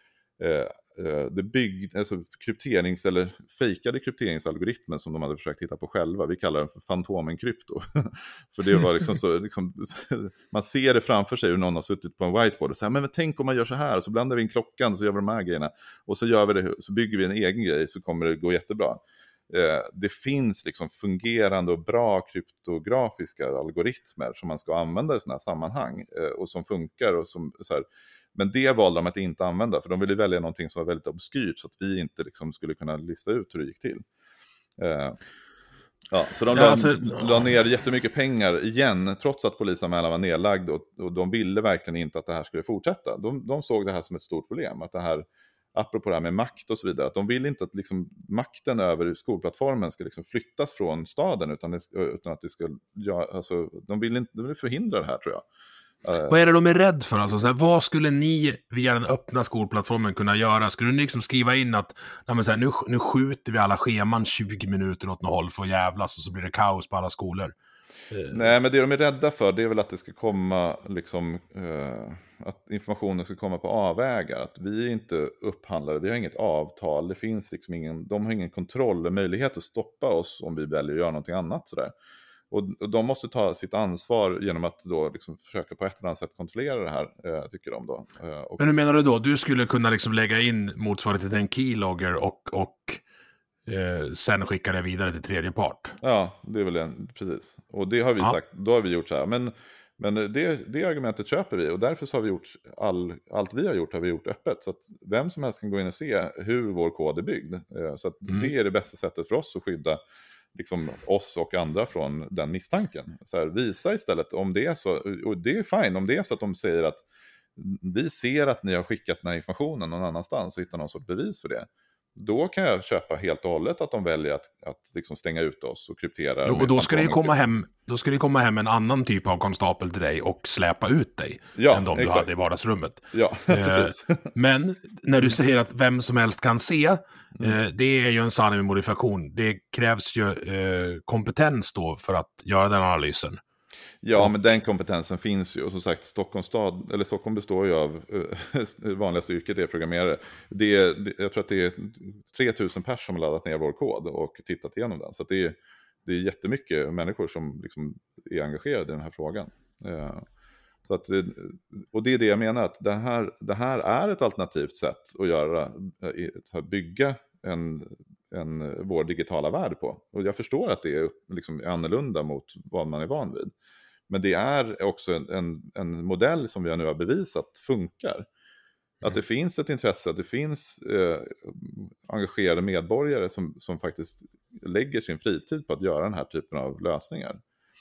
S4: eh, det byggde, alltså krypterings eller fejkade krypteringsalgoritmen som de hade försökt hitta på själva. Vi kallar den för fantomenkrypto. För det var liksom så, liksom, man ser det framför sig hur någon har suttit på en whiteboard och säger, men tänk om man gör så här, så blandar vi in klockan och så gör vi de här grejerna. Och så, gör vi det, så bygger vi en egen grej så kommer det gå jättebra. Eh, det finns liksom fungerande och bra kryptografiska algoritmer som man ska använda i sådana här sammanhang eh, och som funkar och som så här. Men det valde de att inte använda, för de ville välja någonting som var väldigt obskyrt så att vi inte liksom skulle kunna lista ut hur det gick till. Uh, ja, så de
S3: ja,
S4: la,
S3: alltså,
S4: la ner jättemycket pengar igen, trots att polisanmälan var nedlagd, och, och de ville verkligen inte att det här skulle fortsätta. De, de såg det här som ett stort problem, att det här, apropå det här med makt och så vidare, att de vill inte att liksom makten över skolplattformen ska liksom flyttas från staden, utan, det, utan att det ska, ja, alltså, de, vill inte, de vill förhindra det här, tror jag.
S3: Vad är det de är rädd för? Alltså, så här, vad skulle ni via den öppna skolplattformen kunna göra? Skulle ni liksom skriva in att nej, men så här, nu, nu skjuter vi alla scheman tjugo minuter åt något håll för att jävlas och så blir det kaos på alla skolor?
S4: Nej, men det de är rädda för, det är väl att det ska komma liksom, eh, att informationen ska komma på avvägar. Att vi är inte upphandlare, vi har inget avtal, det finns liksom ingen, de har ingen kontroll eller möjlighet att stoppa oss om vi väljer att göra någonting annat sådär. Och de måste ta sitt ansvar genom att då liksom försöka på ett eller annat sätt kontrollera det här, eh, tycker de då. Eh, och...
S3: Men hur menar du då? Du skulle kunna liksom lägga in motsvarighet till en keylogger och, och eh, sen skicka det vidare till tredje part?
S4: Ja, det är väl en, precis. Och det har vi ja. sagt, då har vi gjort så här. Men, men det, det argumentet köper vi, och därför så har vi gjort all, allt vi har gjort har vi gjort öppet. Så att vem som helst kan gå in och se hur vår kod är byggd. Eh, så att mm. det är det bästa sättet för oss att skydda liksom oss och andra från den misstanken. Så här, visa istället om det är så, och det är fine om det är så att de säger att vi ser att ni har skickat den här informationen någon annanstans och hittar någon sorts bevis för det. Då kan jag köpa helt och hållet att de väljer att, att liksom stänga ut oss och kryptera.
S3: Och då ska det komma hem, då ska det komma hem en annan typ av konstapel till dig och släpa ut dig
S4: ja,
S3: än de
S4: exakt.
S3: du hade i vardagsrummet.
S4: Ja, precis.
S3: Men när du säger att vem som helst kan se, mm. det är ju en sanning med modifikation. Det krävs ju eh, kompetens då för att göra den analysen.
S4: Ja, men den kompetensen finns ju. Och som sagt, Stockholm stad, eller Stockholm består ju av äh, vanligaste yrket är programmerare. Det är, det, jag tror att det är tre tusen personer som har laddat ner vår kod och tittat igenom den. Så det är, det är jättemycket människor som liksom är engagerade i den här frågan. Uh, så att, och det är det jag menar, att det här, det här är ett alternativt sätt att göra, att bygga en... En, vår digitala värld på. Och jag förstår att det är liksom annorlunda mot vad man är van vid. Men det är också en, en, en modell som vi nu har bevisat funkar. Mm. Att det finns ett intresse, att det finns eh, engagerade medborgare som, som faktiskt lägger sin fritid på att göra den här typen av lösningar.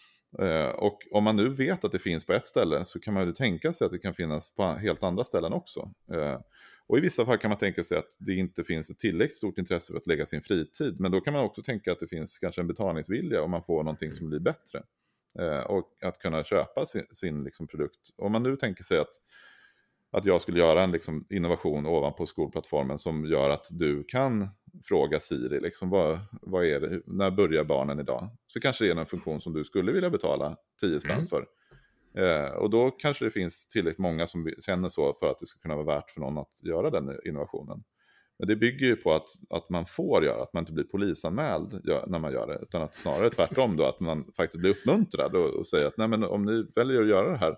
S4: Eh, och om man nu vet att det finns på ett ställe, så kan man ju tänka sig att det kan finnas på helt andra ställen också. Eh, Och i vissa fall kan man tänka sig att det inte finns ett tillräckligt stort intresse för att lägga sin fritid. Men då kan man också tänka att det finns kanske en betalningsvilja om man får någonting som blir bättre. Eh, och att kunna köpa sin, sin liksom, produkt. Om man nu tänker sig att, att jag skulle göra en liksom, innovation ovanpå skolplattformen som gör att du kan fråga Siri, liksom, vad, vad är det, när börjar barnen idag? Så kanske det är en funktion som du skulle vilja betala tio spänn mm. för. Eh, och då kanske det finns tillräckligt många som känner så för att det ska kunna vara värt för någon att göra den innovationen. Men det bygger ju på att, att man får göra, att man inte blir polisanmäld när man gör det, utan att snarare tvärtom då, att man faktiskt blir uppmuntrad och, och säger att nej, men om ni väljer att göra det här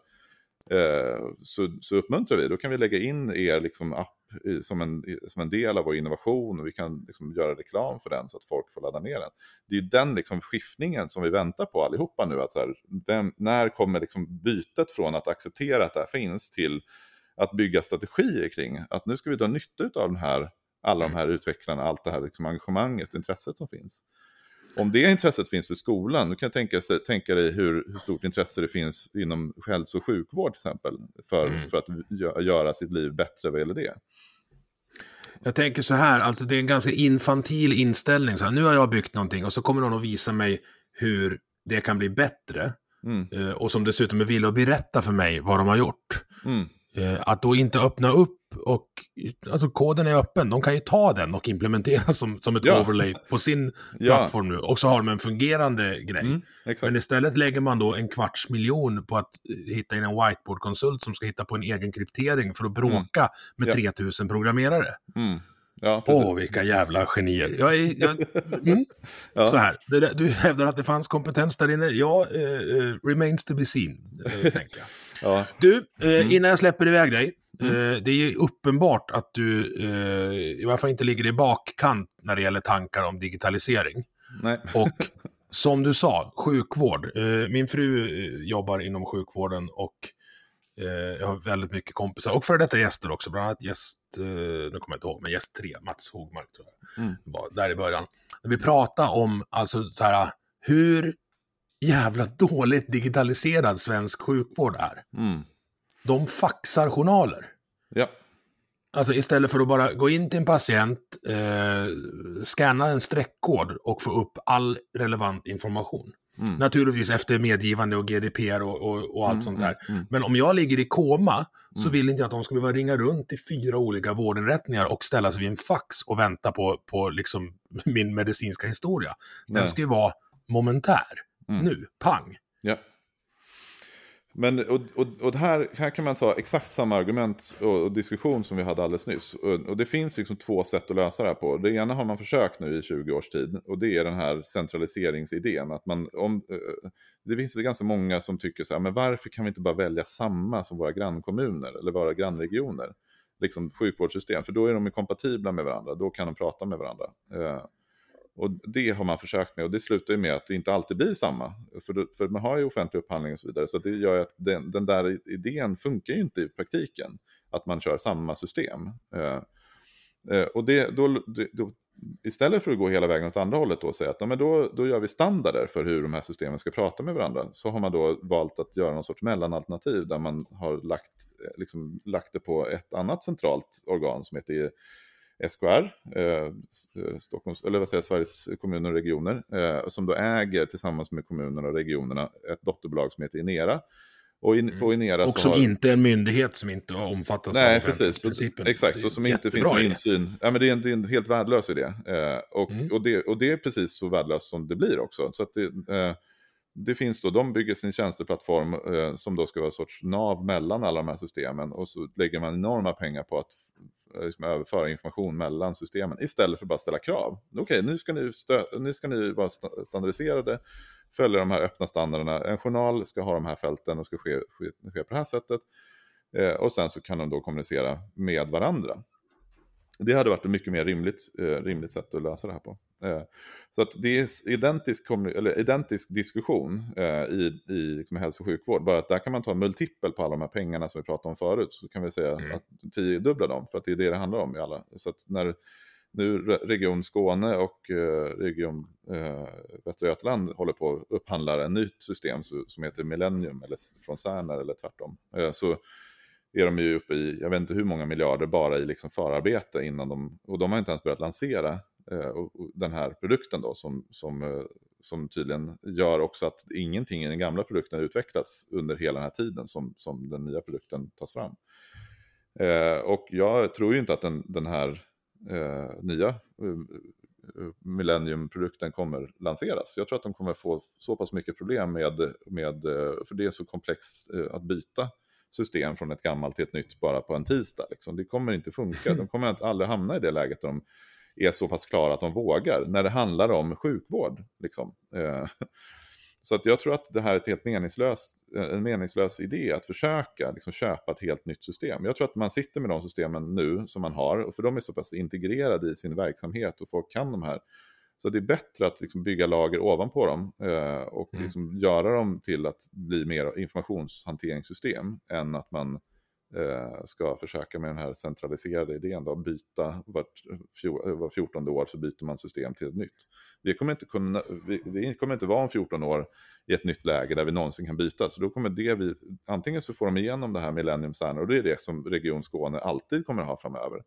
S4: eh, så, så uppmuntrar vi, då kan vi lägga in er liksom app i, som, en, som en del av vår innovation, och vi kan liksom göra reklam för den så att folk får ladda ner den. Det är ju den liksom skiftningen som vi väntar på allihopa nu, att så här, vem, när kommer liksom bytet från att acceptera att det här finns till att bygga strategier kring att nu ska vi dra nytta av den här, alla de här utvecklarna, allt det här liksom engagemanget, intresset som finns. Om det intresset finns för skolan, då kan jag tänka, tänka dig hur, hur stort intresse det finns inom hälso- och sjukvård till exempel, för, mm. för att göra sitt liv bättre vad gäller det.
S3: Jag tänker så här, alltså det är en ganska infantil inställning. Så här, nu har jag byggt någonting och så kommer någon att visa mig hur det kan bli bättre. Mm. Och som dessutom är villig att berätta för mig vad de har gjort. Mm. Eh, att då inte öppna upp och alltså koden är öppen, de kan ju ta den och implementera som, som ett
S4: Ja.
S3: overlay på sin
S4: Ja.
S3: plattform nu. Och så har de en fungerande grej.
S4: Mm, exakt.
S3: Men istället lägger man då en kvarts miljon på att hitta in en whiteboard-konsult som ska hitta på en egen kryptering för att bråka mm. med
S4: Ja.
S3: tre tusen programmerare.
S4: Mm. Ja,
S3: Åh, oh, vilka jävla genier. Jag är, jag, mm.
S4: ja.
S3: Så här, det där, du hävdar att det fanns kompetens där inne. Ja, uh, uh, remains to be seen, uh, tänker jag.
S4: Ja.
S3: Du, uh,
S4: mm.
S3: innan jag släpper iväg dig,
S4: mm.
S3: uh, det är ju uppenbart att du uh, i varje fall inte ligger i bakkant när det gäller tankar om digitalisering.
S4: Nej.
S3: Och som du sa, sjukvård. Uh, min fru uh, jobbar inom sjukvården och jag har väldigt mycket kompisar och för detta gäster också, bland annat gäst, nu kommer jag inte ihåg, men gäst tre, Mats Hogmark tror jag, mm. var där i början. När vi pratade om alltså så här, hur jävla dåligt digitaliserad svensk sjukvård är.
S4: Mm.
S3: De faxar journaler.
S4: Ja.
S3: Alltså istället för att bara gå in till en patient, eh, scanna en streckkod och få upp all relevant information. Mm. Naturligtvis efter medgivande och G D P R och, och, och allt mm, sånt där. Mm, mm. Men om jag ligger i koma så mm. vill inte jag att de ska behöva ringa runt till fyra olika vårdinrättningar och ställa sig vid en fax och vänta på, på liksom min medicinska historia. Den Nej. ska ju vara momentär. Mm. Nu, pang.
S4: Ja. Men och, och, och det här, här kan man ta exakt samma argument och, och diskussion som vi hade alldeles nyss. Och, och det finns liksom två sätt att lösa det här på. Det ena har man försökt nu i tjugo års tid. Och det är den här centraliseringsidén. Att man, om, det finns ganska många som tycker så här, men varför kan vi inte bara välja samma som våra grannkommuner eller våra grannregioner? Liksom sjukvårdssystem, för då är de kompatibla med varandra. Då kan de prata med varandra. Och det har man försökt med och det slutar ju med att det inte alltid blir samma. För, för man har ju offentlig upphandling och så vidare. Så det gör att den, den där idén funkar ju inte i praktiken. Att man kör samma system. Eh, eh, och det, då, då, istället för att gå hela vägen åt andra hållet då och säga att ja, men då, då gör vi standarder för hur de här systemen ska prata med varandra. Så har man då valt att göra någon sorts mellanalternativ där man har lagt, liksom, lagt det på ett annat centralt organ som heter S K R, eh, Stockholms, eller vad säger Sveriges kommuner och regioner, eh, som då äger tillsammans med kommunerna och regionerna ett dotterbolag som heter Inera. Och, in, mm. på Inera
S3: och
S4: så
S3: som
S4: har...
S3: inte är en myndighet som inte omfattas
S4: Nej,
S3: av
S4: precis.
S3: principen.
S4: Exakt, och som inte finns någon insyn. Ja, men det är en, det är en helt värdelös idé. Eh, och, mm. och, det, och det är precis så värdelöst som det blir också. Så att det, eh, det finns då, de bygger sin tjänsteplattform eh, som då ska vara en sorts nav mellan alla de här systemen. Och så lägger man enorma pengar på att liksom, överföra information mellan systemen istället för att bara ställa krav. Okej, okay, nu, ska ni stö- nu ska ni vara standardiserade, följa de här öppna standarderna. En journal ska ha de här fälten och ska ske, ske, ske på det här sättet. Eh, och sen så kan de då kommunicera med varandra. Det hade varit ett mycket mer rimligt, eh, rimligt sätt att lösa det här på. Eh, så att det är identisk, eller identisk diskussion eh, i, i liksom hälso- och sjukvård. Bara att där kan man ta multipel på alla de här pengarna som vi pratade om förut. Så kan vi säga mm. att tio dubbla dem. För att det är det det handlar om i alla. Så att när nu Region Skåne och eh, Region eh, Västra Götaland håller på att upphandla ett nytt system så, som heter Millennium eller från Cerner eller tvärtom. Eh, så är de ju uppe i, jag vet inte hur många miljarder bara i liksom förarbete innan de, och de har inte ens börjat lansera eh, och, och den här produkten då som, som, eh, som tydligen gör också att ingenting i den gamla produkten utvecklas under hela den här tiden som, som den nya produkten tas fram. Eh, och jag tror ju inte att den, den här eh, nya eh, Millennium-produkten kommer lanseras. Jag tror att de kommer få så pass mycket problem med, med för det är så komplext eh, att byta system från ett gammalt till ett nytt bara på en tisdag. Liksom. Det kommer inte funka. De kommer aldrig hamna i det läget där de är så pass klara att de vågar. När det handlar om sjukvård. Liksom. Så att jag tror att det här är ett helt meningslöst, en meningslös idé att försöka liksom, köpa ett helt nytt system. Jag tror att man sitter med de systemen nu som man har. För de är så pass integrerade i sin verksamhet och folk kan de här. Så det är bättre att liksom bygga lager ovanpå dem eh, och mm. liksom göra dem till att bli mer informationshanteringssystem än att man eh, ska försöka med den här centraliserade idén då, byta vart, var fjortonde år så byter man system till ett nytt. Vi kommer inte kunna, vi, vi kommer inte vara om fjorton år i ett nytt läge där vi någonsin kan byta. Så då kommer det vi, antingen så får de igenom det här Millennium Cerner och det är det som Region Skåne alltid kommer att ha framöver.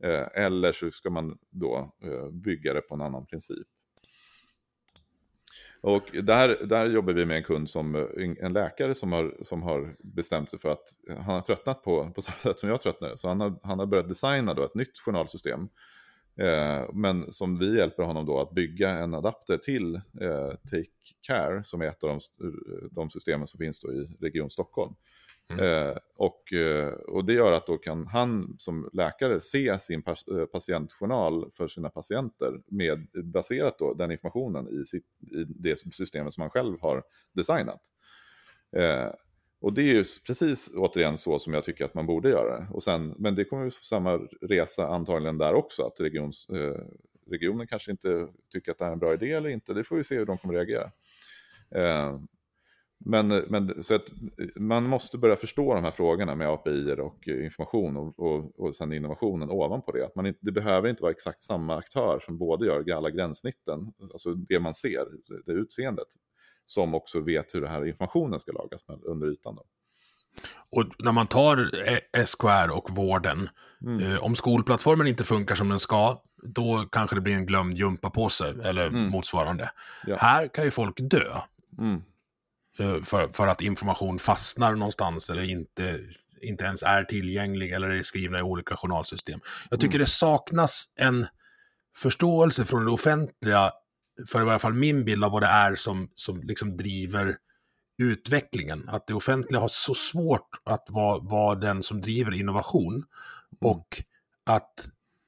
S4: Eller så ska man då bygga det på en annan princip. Och där, där jobbar vi med en kund som en läkare som har, som har bestämt sig för att han har tröttnat på, på samma sätt som jag tröttnar. Så han har, han har börjat designa då ett nytt journalsystem. Eh, men som vi hjälper honom då att bygga en adapter till eh, Take Care, som är ett av de, de systemen som finns då i Region Stockholm. Mm. Eh, och, och det gör att då kan han som läkare se sin patientjournal för sina patienter med, baserat då den informationen i, sitt, i det systemet som han själv har designat. Eh, och det är ju precis återigen så som jag tycker att man borde göra. Och sen, men det kommer ju samma resa antagligen där också, att regions, eh, regionen kanske inte tycker att det är en bra idé eller inte. Det får vi se hur de kommer reagera. Eh, Men, men så att man måste börja förstå de här frågorna med A P I-er och information och, och, och sen innovationen ovanpå det. Att man inte, det behöver inte vara exakt samma aktör som både gör alla gränssnitten, alltså det man ser, det utseendet, som också vet hur den här informationen ska lagas under ytan då.
S3: Och när man tar S K R och vården, mm. eh, om skolplattformen inte funkar som den ska, då kanske det blir en glömd gympapåse eller mm. motsvarande. Ja. Här kan ju folk dö. Mm. För, för att information fastnar någonstans eller inte, inte ens är tillgänglig eller är skrivna i olika journalsystem. Jag tycker mm. det saknas en förståelse från det offentliga, för i alla fall min bild av vad det är som, som liksom driver utvecklingen. Att det offentliga har så svårt att vara, vara den som driver innovation mm. och att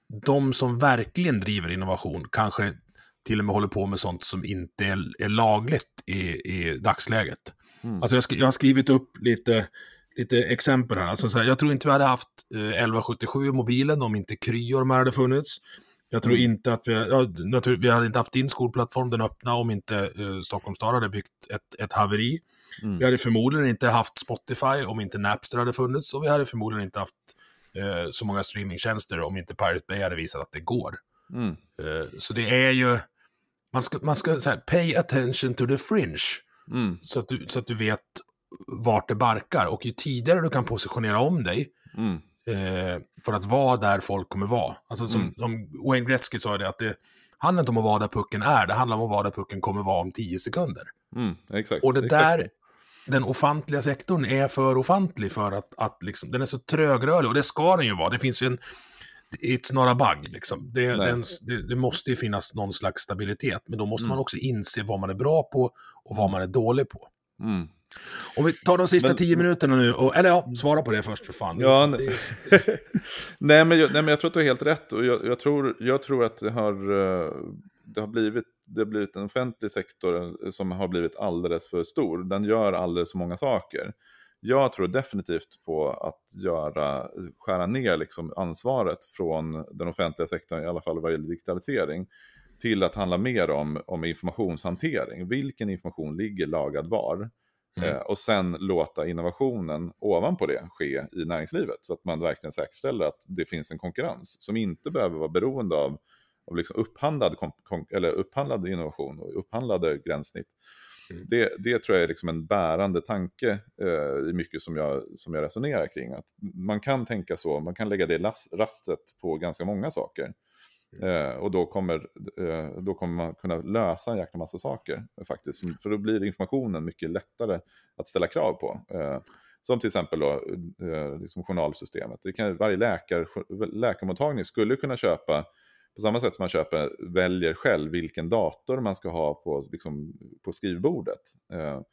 S3: de som verkligen driver innovation kanske till och med håller på med sånt som inte är, är lagligt i, i dagsläget. Mm. Alltså jag, sk- jag har skrivit upp lite, lite exempel här. Alltså så här, jag tror inte vi hade haft eh, elva sjuttiosju mobilen om inte Kryor hade funnits. Jag tror mm. inte att vi, ja, natur, vi hade inte haft din skolplattform, den öppna, om inte eh, Stockholms stad hade byggt ett, ett haveri. Mm. Vi hade förmodligen inte haft Spotify om inte Napster hade funnits, och vi hade förmodligen inte haft eh, så många streamingtjänster om inte Pirate Bay hade visat att det går. Mm. Eh, så det är ju, man ska, man ska så här, pay attention to the fringe. Mm. Så, att du, så att du vet vart det barkar. Och ju tidigare du kan positionera om dig mm. eh, för att vara där folk kommer vara. Alltså som, mm. som Wayne Gretzky sa det, att det handlar inte om att vara där pucken är, det handlar om att vara där pucken kommer vara om tio sekunder.
S4: Mm, exakt,
S3: och det
S4: exakt.
S3: där, den ofantliga sektorn är för ofantlig för att, att liksom, den är så trögrörlig, och det ska den ju vara. Det finns ju en, it's not a bug liksom. Det, den, det, det måste ju finnas någon slags stabilitet, men då måste mm. man också inse vad man är bra på och vad man är dålig på. Mm. Om vi tar de sista men, tio minuterna nu, och, eller ja, svara på det först för fan.
S4: Ja,
S3: det,
S4: nej. nej, men jag, nej men jag tror att du har helt rätt, och jag, jag, tror, jag tror att det har, det har blivit, det har blivit en offentlig sektor som har blivit alldeles för stor. Den gör alldeles så många saker. Jag tror definitivt på att göra, skära ner liksom ansvaret från den offentliga sektorn, i alla fall vad gäller digitalisering, till att handla mer om, om informationshantering. Vilken information ligger lagad var? Mm. Eh, och sen låta innovationen ovanpå det ske i näringslivet, så att man verkligen säkerställer att det finns en konkurrens som inte behöver vara beroende av, av liksom upphandlad, kon- eller upphandlad innovation och upphandlade gränssnitt. Mm. Det, det tror jag är liksom en bärande tanke eh, i mycket som jag, som jag resonerar kring. Att man kan tänka så, man kan lägga det las, rastet på ganska många saker. Eh, och då kommer, eh, då kommer man kunna lösa en jäkla massa saker faktiskt. För då blir informationen mycket lättare att ställa krav på. Eh, som till exempel då, eh, liksom journalsystemet. Det kan, varje läkare, läkarmottagning skulle kunna köpa, på samma sätt som man köper, väljer själv vilken dator man ska ha på, liksom, på skrivbordet. Eh,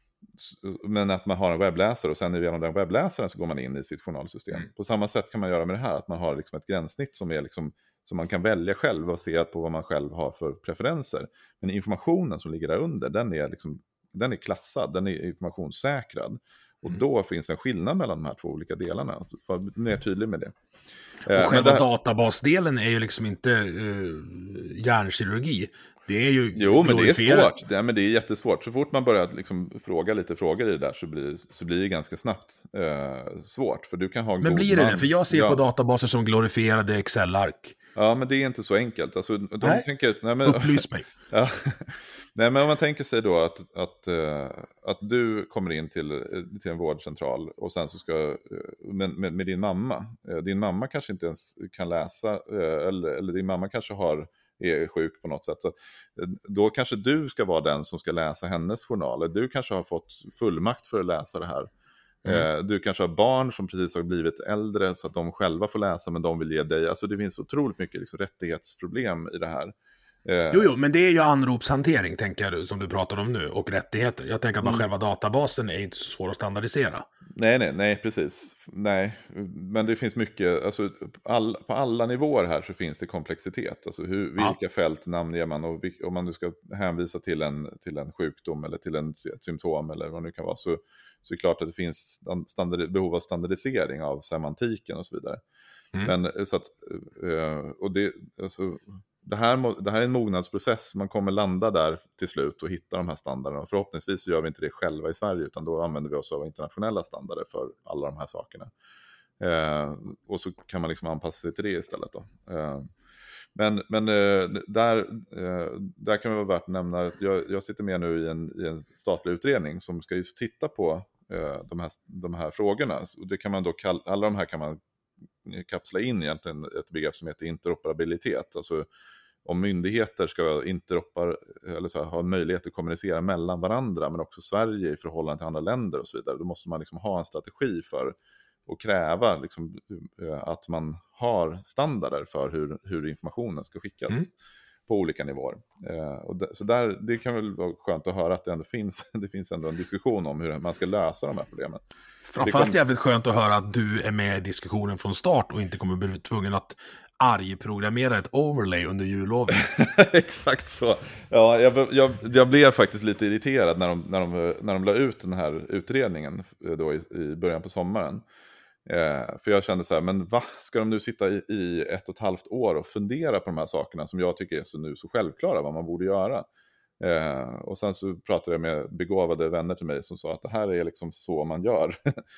S4: men att man har en webbläsare, och sen genom den webbläsaren så går man in i sitt journalsystem. Mm. På samma sätt kan man göra med det här, att man har liksom ett gränssnitt som är liksom, som man kan välja själv, baserat på vad man själv har för preferenser. Men informationen som ligger där under, den är, liksom, den är klassad, den är informationssäkrad. Och mm. då finns det en skillnad mellan de här två olika delarna. Alltså, för att bli mer tydlig med det.
S3: Och själva här... databasdelen är ju liksom inte uh, hjärnkirurgi. Det är ju
S4: jo, men det är svårt. Det, men det är jättesvårt. Så fort man börjar liksom fråga lite frågor i det där, så blir, så blir det ganska snabbt uh, svårt. För du kan ha
S3: men blir det man... det? För jag ser ja. på databaser som glorifierade Excel-ark.
S4: Ja, men det är inte så enkelt. Alltså, de
S3: nej.
S4: Tänker, nej, men...
S3: Upplys mig.
S4: ja. Nej, men om man tänker sig då att, att, uh, att du kommer in till, till en vårdcentral, och sen så ska, uh, med, med, med din mamma. Uh, din mamma kanske inte ens kan läsa, uh, eller, eller din mamma kanske har är sjuk på något sätt. Så då kanske du ska vara den som ska läsa hennes journaler. Du kanske har fått fullmakt för att läsa det här. Mm. Du kanske har barn som precis har blivit äldre så att de själva får läsa, men de vill ge dig. Alltså det finns otroligt mycket liksom rättighetsproblem i det här.
S3: Jo, jo, men det är ju anropshantering, tänker jag, som du pratar om nu, och rättigheter. Jag tänker att bara mm. själva databasen är inte så svår att standardisera.
S4: Nej, nej, nej, precis. Nej, men det finns mycket, alltså all, på alla nivåer här så finns det komplexitet. Alltså hur, vilka ja. fält namnger man, och vilk, om man nu ska hänvisa till en, till en sjukdom eller till en, ett symptom eller vad det nu kan vara, så, så är det klart att det finns standard, behov av standardisering av semantiken och så vidare. Mm. Men så att, och det, alltså, Det här, det här är en mognadsprocess. Man kommer landa där till slut och hitta de här standarderna. Förhoppningsvis så gör vi inte det själva i Sverige, utan då använder vi oss av internationella standarder för alla de här sakerna. Eh, och så kan man liksom anpassa sig till det istället då. Eh, men men eh, där, eh, där kan det vara värt att nämna att jag, jag sitter med nu i en, i en statlig utredning som ska just titta på eh, de, här, de här frågorna. Och det kan man då kalla, alla de här kan man kapsla in egentligen ett begrepp som heter interoperabilitet. Alltså om myndigheter ska interopera, eller så här, ha en möjlighet att kommunicera mellan varandra, men också Sverige i förhållande till andra länder och så vidare, då måste man liksom ha en strategi för att kräva liksom, att man har standarder för hur, hur informationen ska skickas mm. på olika nivåer. Eh, och det, så där, det kan väl vara skönt att höra att det ändå finns, det finns ändå en diskussion om hur man ska lösa de här problemen.
S3: Framförallt är det jävligt skönt att höra att du är med i diskussionen från start och inte kommer bli tvungen att argprogrammera ett overlay under jullovet.
S4: Exakt så. Ja, jag, jag, jag blev faktiskt lite irriterad när de, när de, när de la ut den här utredningen då i, i början på sommaren. Eh, för jag kände så här, men va? Ska de nu sitta i, i ett och ett halvt år och fundera på de här sakerna som jag tycker är så, nu så självklara vad man borde göra? Eh, och sen så pratade jag med begåvade vänner till mig som sa att det här är liksom så man gör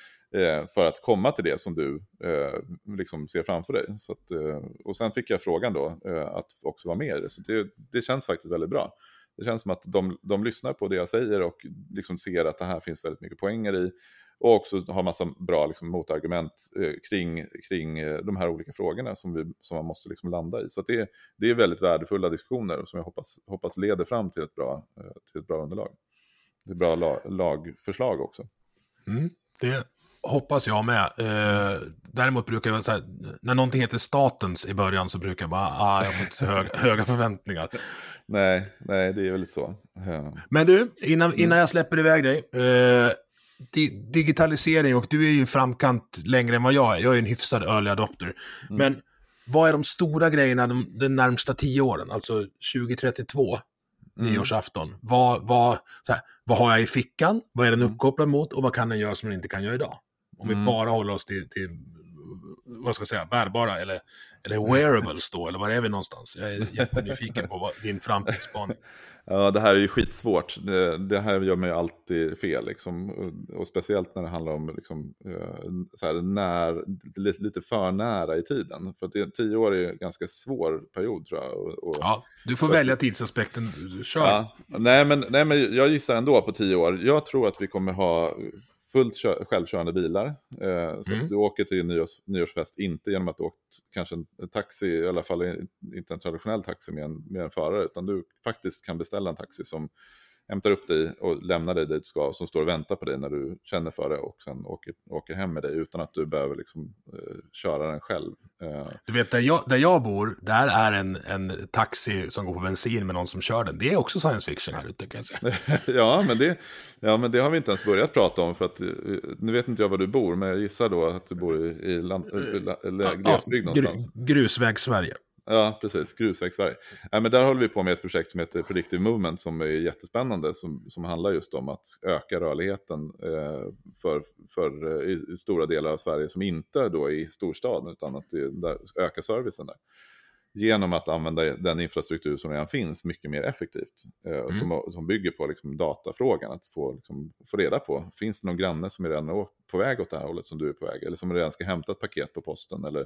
S4: eh, för att komma till det som du eh, liksom ser framför dig. Så att, eh, och sen fick jag frågan då eh, att också vara med i det. Så det, det känns faktiskt väldigt bra. Det känns som att de, de lyssnar på det jag säger och liksom ser att det här finns väldigt mycket poänger i. Och också har massa bra liksom, motargument eh, kring, kring eh, de här olika frågorna som, vi, som man måste liksom, landa i. Så att det, det är väldigt värdefulla diskussioner som jag hoppas, hoppas leder fram till ett bra, eh, till ett bra underlag. Till ett bra la, lagförslag också.
S3: Mm, det hoppas jag med. Eh, däremot brukar jag säga, när någonting heter statens i början så brukar jag bara, ah, jag har fått höga, höga förväntningar.
S4: Nej, nej, det är väl så. Ja.
S3: Men du, innan, innan jag släpper iväg dig, eh, digitalisering, och du är ju framkant längre än vad jag är. Jag är en hyfsad early adopter. Mm. Men vad är de stora grejerna de, de närmsta tio åren? Alltså tjugo trettiotvå, mm. nyårsafton. Vad, vad, så här, vad har jag i fickan? Vad är den uppkopplad mot? Och vad kan den göra som den inte kan göra idag? Om mm. vi bara håller oss till, till vad ska jag säga, bärbara eller, eller wearables då, eller var är vi någonstans? Jag är jättenyfiken på vad, din framtidsspaning.
S4: Ja, det här är ju skitsvårt. Det, det här gör mig alltid fel. Liksom. Och, och speciellt när det handlar om liksom, så här, när, lite, lite för nära i tiden. För att det, tio år är en ganska svår period, tror jag. Och, och,
S3: ja, du får välja tidsaspekten. Kör. Ja,
S4: nej, men, nej, men jag gissar ändå på tio år. Jag tror att vi kommer ha fullt kö- självkörande bilar. Eh, så mm. att du åker till nyårs, nyårsfest inte genom att du åkt kanske en taxi, i alla fall inte en traditionell taxi med en, med en förare, utan du faktiskt kan beställa en taxi som hämtar upp dig och lämnar dig dit du ska, som står och väntar på dig när du känner för det, och sen åker, åker hem med dig utan att du behöver liksom, eh, köra den själv. Eh.
S3: Du vet, där jag, där jag bor, där är en, en taxi som går på bensin med någon som kör den. Det är också science fiction här ute, kan jag säga.
S4: ja, men det, ja, men det har vi inte ens börjat prata om, för att nu vet inte jag var du bor, men jag gissar då att du bor i, i land, eller ja, glesbygd ja, någonstans.
S3: Gr- grusväg Sverige.
S4: Ja, precis. Grusväg Sverige. Ja, men där håller vi på med ett projekt som heter Predictive Movement som är jättespännande, som, som handlar just om att öka rörligheten eh, för, för eh, i stora delar av Sverige som inte då är i storstaden, utan att det, där, öka servicen där. Genom att använda den infrastruktur som redan finns mycket mer effektivt. Eh, mm. som, som bygger på liksom, datafrågan. Att få, liksom, få reda på, finns det någon granne som är redan på väg åt det här hållet som du är på väg? Eller som redan ska hämta ett paket på posten? Eller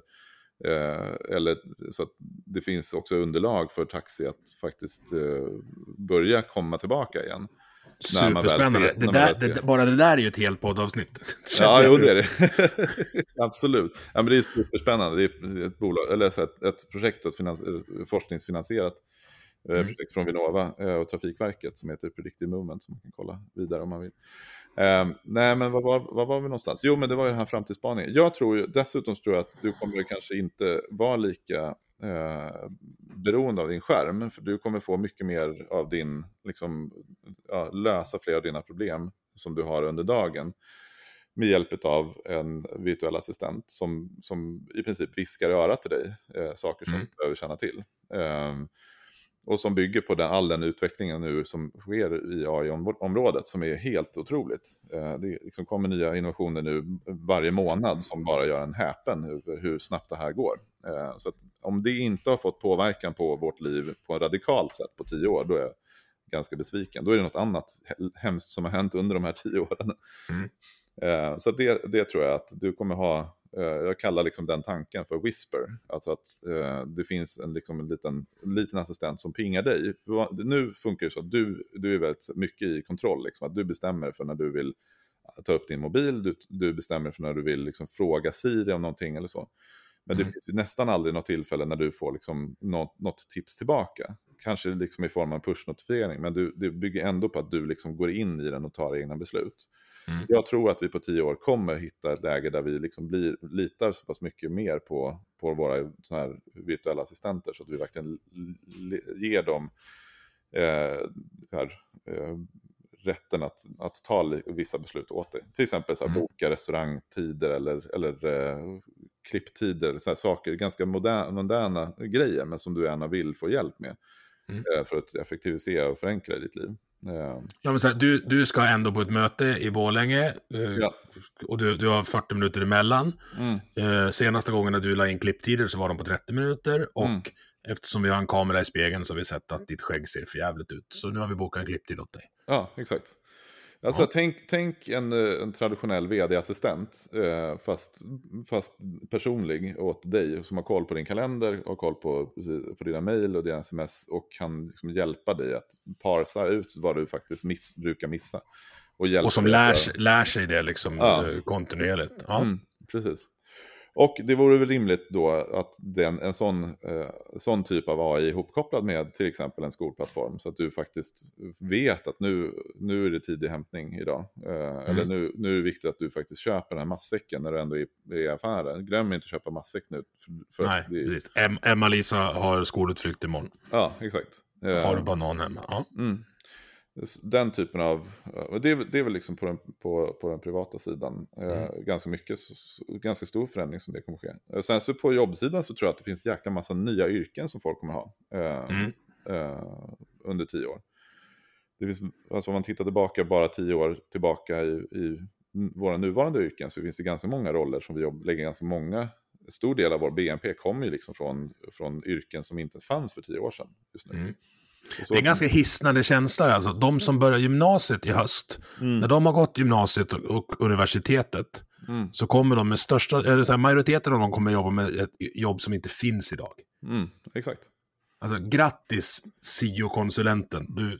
S4: Eh, eller så att det finns också underlag för taxi att faktiskt eh, börja komma tillbaka igen.
S3: Superspännande.
S4: Ser,
S3: det där, det, bara det där är ju ett helt poddavsnitt.
S4: Ja, jo, det är det. Absolut. Ja, men det är superspännande. Det är ett, bolag, eller så ett, ett projekt, ett finans, forskningsfinansierat mm. projekt från Vinnova och Trafikverket som heter Predictive Movement, som man kan kolla vidare om man vill. Um, nej, men vad var, vad var vi någonstans? Jo, men det var ju den här framtidsspaningen. Jag tror ju, dessutom tror jag att du kommer kanske inte vara lika uh, beroende av din skärm, för du kommer få mycket mer av din, liksom, ja, lösa fler av dina problem som du har under dagen med hjälp av en virtuell assistent som, som i princip viskar i örat till dig uh, saker som mm. du behöver känna till. Um, Och som bygger på den, all den utvecklingen nu som sker i A I-området som är helt otroligt. Det liksom kommer nya innovationer nu varje månad som bara gör en häpen hur, hur snabbt det här går. Så att om det inte har fått påverkan på vårt liv på ett radikalt sätt på tio år, då är jag ganska besviken. Då är det något annat hemskt som har hänt under de här tio åren. Mm. Så det, det tror jag att du kommer ha. Jag kallar liksom den tanken för whisper. Alltså att uh, det finns en, liksom en, liten, en liten assistent som pingar dig. För nu funkar det så att du, du är väldigt mycket i kontroll. Liksom, att du bestämmer för när du vill ta upp din mobil. Du, du bestämmer för när du vill liksom fråga Siri om någonting eller så. Men mm. det finns ju nästan aldrig något tillfälle när du får liksom något, något tips tillbaka. Kanske liksom i form av en push-notifiering. Men du, det bygger ändå på att du liksom går in i den och tar egna beslut. Mm. Jag tror att vi på tio år kommer hitta ett läge där vi liksom blir, litar så pass mycket mer på, på våra så här virtuella assistenter, så att vi verkligen ger dem eh, här, eh, rätten att, att ta vissa beslut åt dig. Till exempel så här, mm. boka restaurangtider eller, eller eh, klipptider, så här saker, ganska moderna, moderna grejer, men som du gärna vill få hjälp med mm. eh, för att effektivisera och förenkla ditt liv.
S3: Ja, men så här, du, du ska ändå på ett möte i Borlänge eh, ja. och du, du har fyrtio minuter emellan. Mm. Eh, senaste gången när du la in klipptider så var de på trettio minuter och mm. eftersom vi har en kamera i spegeln så har vi sett att ditt skägg ser för jävligt ut. Så nu har vi bokat en klipptid åt dig.
S4: Ja, exakt. Alltså ja. tänk, tänk en, en traditionell vd-assistent eh, fast, fast personlig åt dig som har koll på din kalender och koll på, på dina mejl och dina sms och kan liksom hjälpa dig att parsa ut vad du faktiskt miss, brukar missa. Och,
S3: och som lär, lär sig det liksom ja. kontinuerligt. Ja.
S4: Mm, precis. Och det vore väl rimligt då att den, en sån, eh, sån typ av A I är ihopkopplad med till exempel en skolplattform. Så att du faktiskt vet att nu, nu är det tidig hämtning idag. Eh, mm. Eller nu, nu är det viktigt att du faktiskt köper den här matsäcken när du ändå är i affären. Glöm inte att köpa matsäck nu. För, för
S3: Nej,
S4: det
S3: precis. Em- Emma-Lisa har skolutflykt imorgon.
S4: Ja, exakt. Eh,
S3: har du banan hemma? Ja.
S4: Mm. Den typen av, det är, det är väl liksom på den, på, på den privata sidan mm. eh, ganska mycket, ganska stor förändring som det kommer ske. Sen så på jobbsidan så tror jag att det finns jäkla massa nya yrken som folk kommer ha eh, mm. eh, under tio år. Det finns, alltså om man tittar tillbaka bara tio år tillbaka i, i våra nuvarande yrken så finns det ganska många roller som vi jobb, lägger ganska många, stor del av vår B N P kommer ju liksom från, från yrken som inte fanns för tio år sedan just nu. Mm.
S3: Det är en ganska hisnande känsla. Alltså. De som börjar gymnasiet i höst, mm. när de har gått gymnasiet och, och universitetet, mm. så kommer de med största, eller så här, majoriteten av dem kommer jobba med ett jobb som inte finns idag.
S4: Mm, exakt.
S3: Alltså, grattis S E O-konsulenten. Du...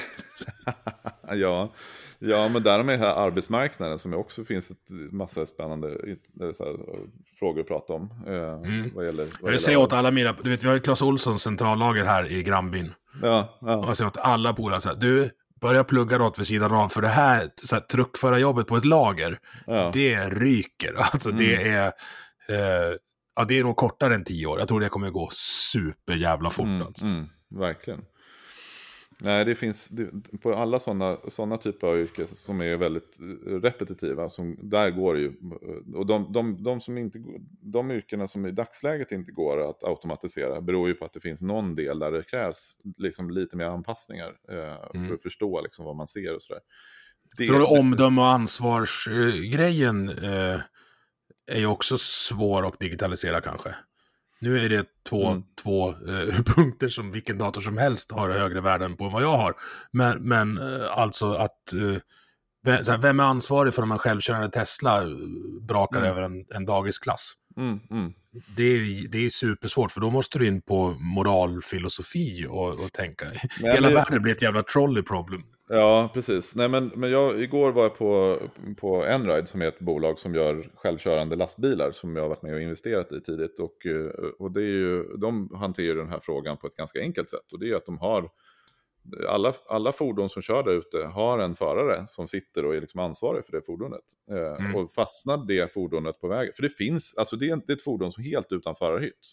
S4: ja, ja, men där med den här arbetsmarknaden som också finns ett massa spännande så här, frågor att prata om. Eh, mm. vad gäller, vad
S3: jag säger åt alla mina, du vet vi har ju Clas Ohlsons centrallager här i grannbyn.
S4: Ja, ja.
S3: Och jag säger åt alla polare så här, du börjar plugga något vid sidan av för det här, så här truckförarjobbet på ett lager, ja. det ryker. Alltså mm. det är... Eh, Ja, det är nog kortare än tio år. Jag tror det kommer gå super jävla fort. Mm, alltså.
S4: mm, verkligen. Nej, det finns det, på alla sådana såna typer av yrken som är väldigt repetitiva. Som, där går det ju. Och de, de, de, som inte, de yrkena som i dagsläget inte går att automatisera beror ju på att det finns någon del där det krävs liksom lite mer anpassningar eh, mm. för att förstå liksom, vad man ser och sådär. Det,
S3: så då omdöme och ansvarsgrejen eh, är ju också svår att digitalisera kanske. Nu är det två, mm. två eh, punkter som vilken dator som helst har högre värden på än vad jag har. Men, men eh, alltså att eh, vem, så här, vem är ansvarig för om en självkörande Tesla brakar mm. över en, en dagisklass?
S4: Mm, mm.
S3: Det, är, det är supersvårt, för då måste du in på moralfilosofi och, och tänka.
S4: Nej,
S3: hela
S4: det...
S3: världen blir ett jävla trolley problem.
S4: Ja, precis. Nej, men, men jag, igår var jag på, på Enride som är ett bolag som gör självkörande lastbilar som jag har varit med och investerat i tidigt. Och, och det är ju, de hanterar den här frågan på ett ganska enkelt sätt. Och det är att de har, alla, alla fordon som kör där ute har en förare som sitter och är liksom ansvarig för det fordonet. Mm. Och fastnar det fordonet på vägen, för det finns, alltså det är, det är ett fordon som är helt utan förarhytt.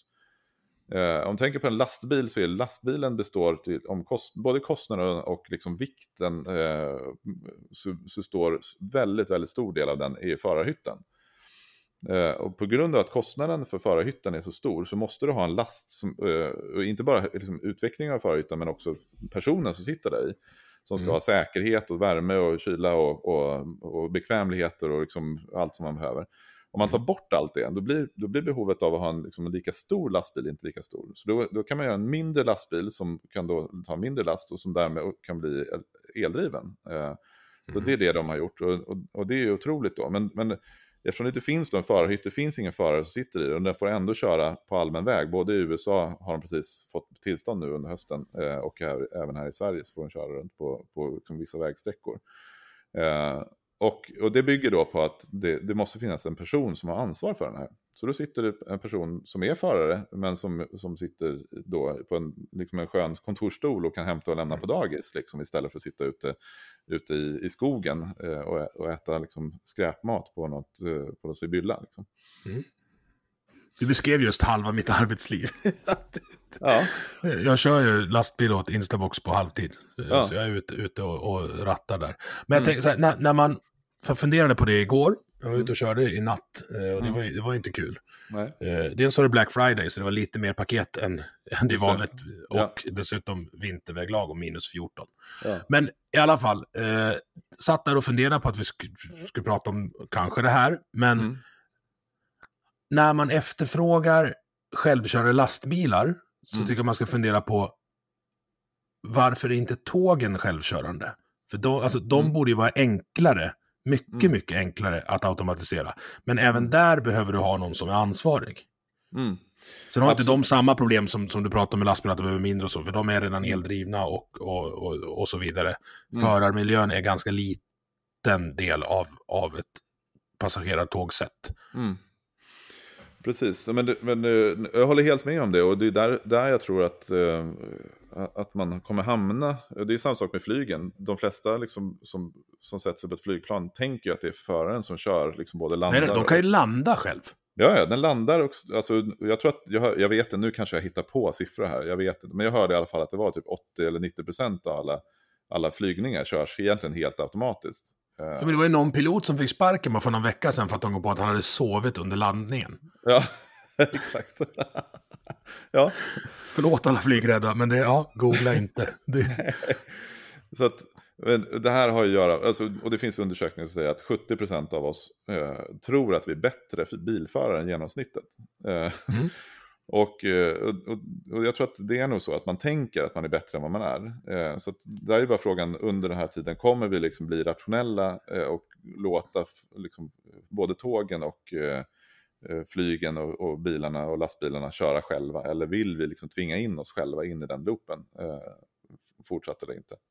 S4: Eh, om man tänker på en lastbil så är lastbilen består till, om kost, både kostnaden och liksom vikten eh, så, så står väldigt, väldigt stor del av den i förarhytten. Eh, och på grund av att kostnaden för förarhytten är så stor så måste du ha en last som, eh, inte bara liksom, utveckling av förarhytten men också personen som sitter där i. Som ska mm. ha säkerhet och värme och kyla och, och, och bekvämligheter och liksom allt som man behöver. Om man tar bort allt det, då blir, då blir behovet av att ha en, liksom, en lika stor lastbil inte lika stor. Så då, då kan man göra en mindre lastbil som kan då ta mindre last och som därmed kan bli eldriven. Eh, så mm. det är det de har gjort och, och, och det är ju otroligt då. Men, men eftersom det inte finns någon förarhytt, det finns ingen förare som sitter i det och den får ändå köra på allmän väg. Både i U S A har de precis fått tillstånd nu under hösten eh, och här, även här i Sverige så får de köra runt på, på liksom, vissa vägsträckor. Eh, Och, och det bygger då på att det, det måste finnas en person som har ansvar för den här. Så då sitter det en person som är förare men som, som sitter då på en, liksom en skön kontorsstol och kan hämta och lämna på dagis liksom, istället för att sitta ute, ute i, i skogen eh, och, och äta liksom, skräpmat på något, eh, på något sibylla. Liksom. Mm.
S3: Du beskrev just halva mitt arbetsliv.
S4: Ja.
S3: Jag kör ju lastbil åt Instabox på halvtid.
S4: Ja.
S3: Så jag är ute, ute och, och rattar där. Men jag mm. tänker så här, när, när man för funderade på det igår, jag var ute och körde i natt och det, mm. var, det var inte kul.
S4: Nej.
S3: Dels var det Black Friday så det var lite mer paket än, än det vanligt och
S4: ja.
S3: dessutom vinterväglag och minus fjorton.
S4: Ja.
S3: Men i alla fall, eh, satt där och funderade på att vi skulle, skulle prata om kanske det här, men mm. när man efterfrågar självkörande lastbilar så mm. tycker jag man ska fundera på varför är inte tågen självkörande? För de, alltså, de mm. borde ju vara enklare, mycket, mm. mycket enklare att automatisera. Men även där behöver du ha någon som är ansvarig.
S4: Mm.
S3: Sen har Absolut. inte de samma problem som, som du pratar om med lastbilar, att de behöver mindre och så, för de är redan eldrivna och, och, och, och så vidare. Mm. Förarmiljön är ganska liten del av, av ett passagerartågsätt.
S4: Mm. Precis, men, men jag håller helt med om det och det är där, där jag tror att, uh, att man kommer hamna. Det är samma sak med flygen. De flesta liksom, som, som sätter sig på ett flygplan tänker att det är föraren som kör liksom både landar.
S3: Nej, de kan ju och... landa själv.
S4: Ja, ja, den landar också. Alltså, jag tror att, jag, jag vet det, nu kanske jag hittar på siffror här, jag vet det, men jag hörde i alla fall att det var typ åttio eller nittio procent av alla, alla flygningar körs egentligen helt automatiskt.
S3: Ja, men det var ju någon pilot som fick sparken för någon vecka sedan för att de går på att han hade sovit under landningen.
S4: Ja, exakt. Ja.
S3: Förlåt alla flygrädda, men det, ja, googla inte. Det...
S4: Så att, men det här har ju att göra, alltså, och det finns undersökningar som säger att sjuttio procent av oss eh, tror att vi är bättre för bilförare än genomsnittet. Eh, mm. Och, och, och jag tror att det är nog så att man tänker att man är bättre än vad man är. Så att där är bara frågan under den här tiden, kommer vi liksom bli rationella och låta liksom både tågen och flygen och, och bilarna och lastbilarna köra själva? Eller vill vi liksom tvinga in oss själva in i den loopen? Fortsätter det inte?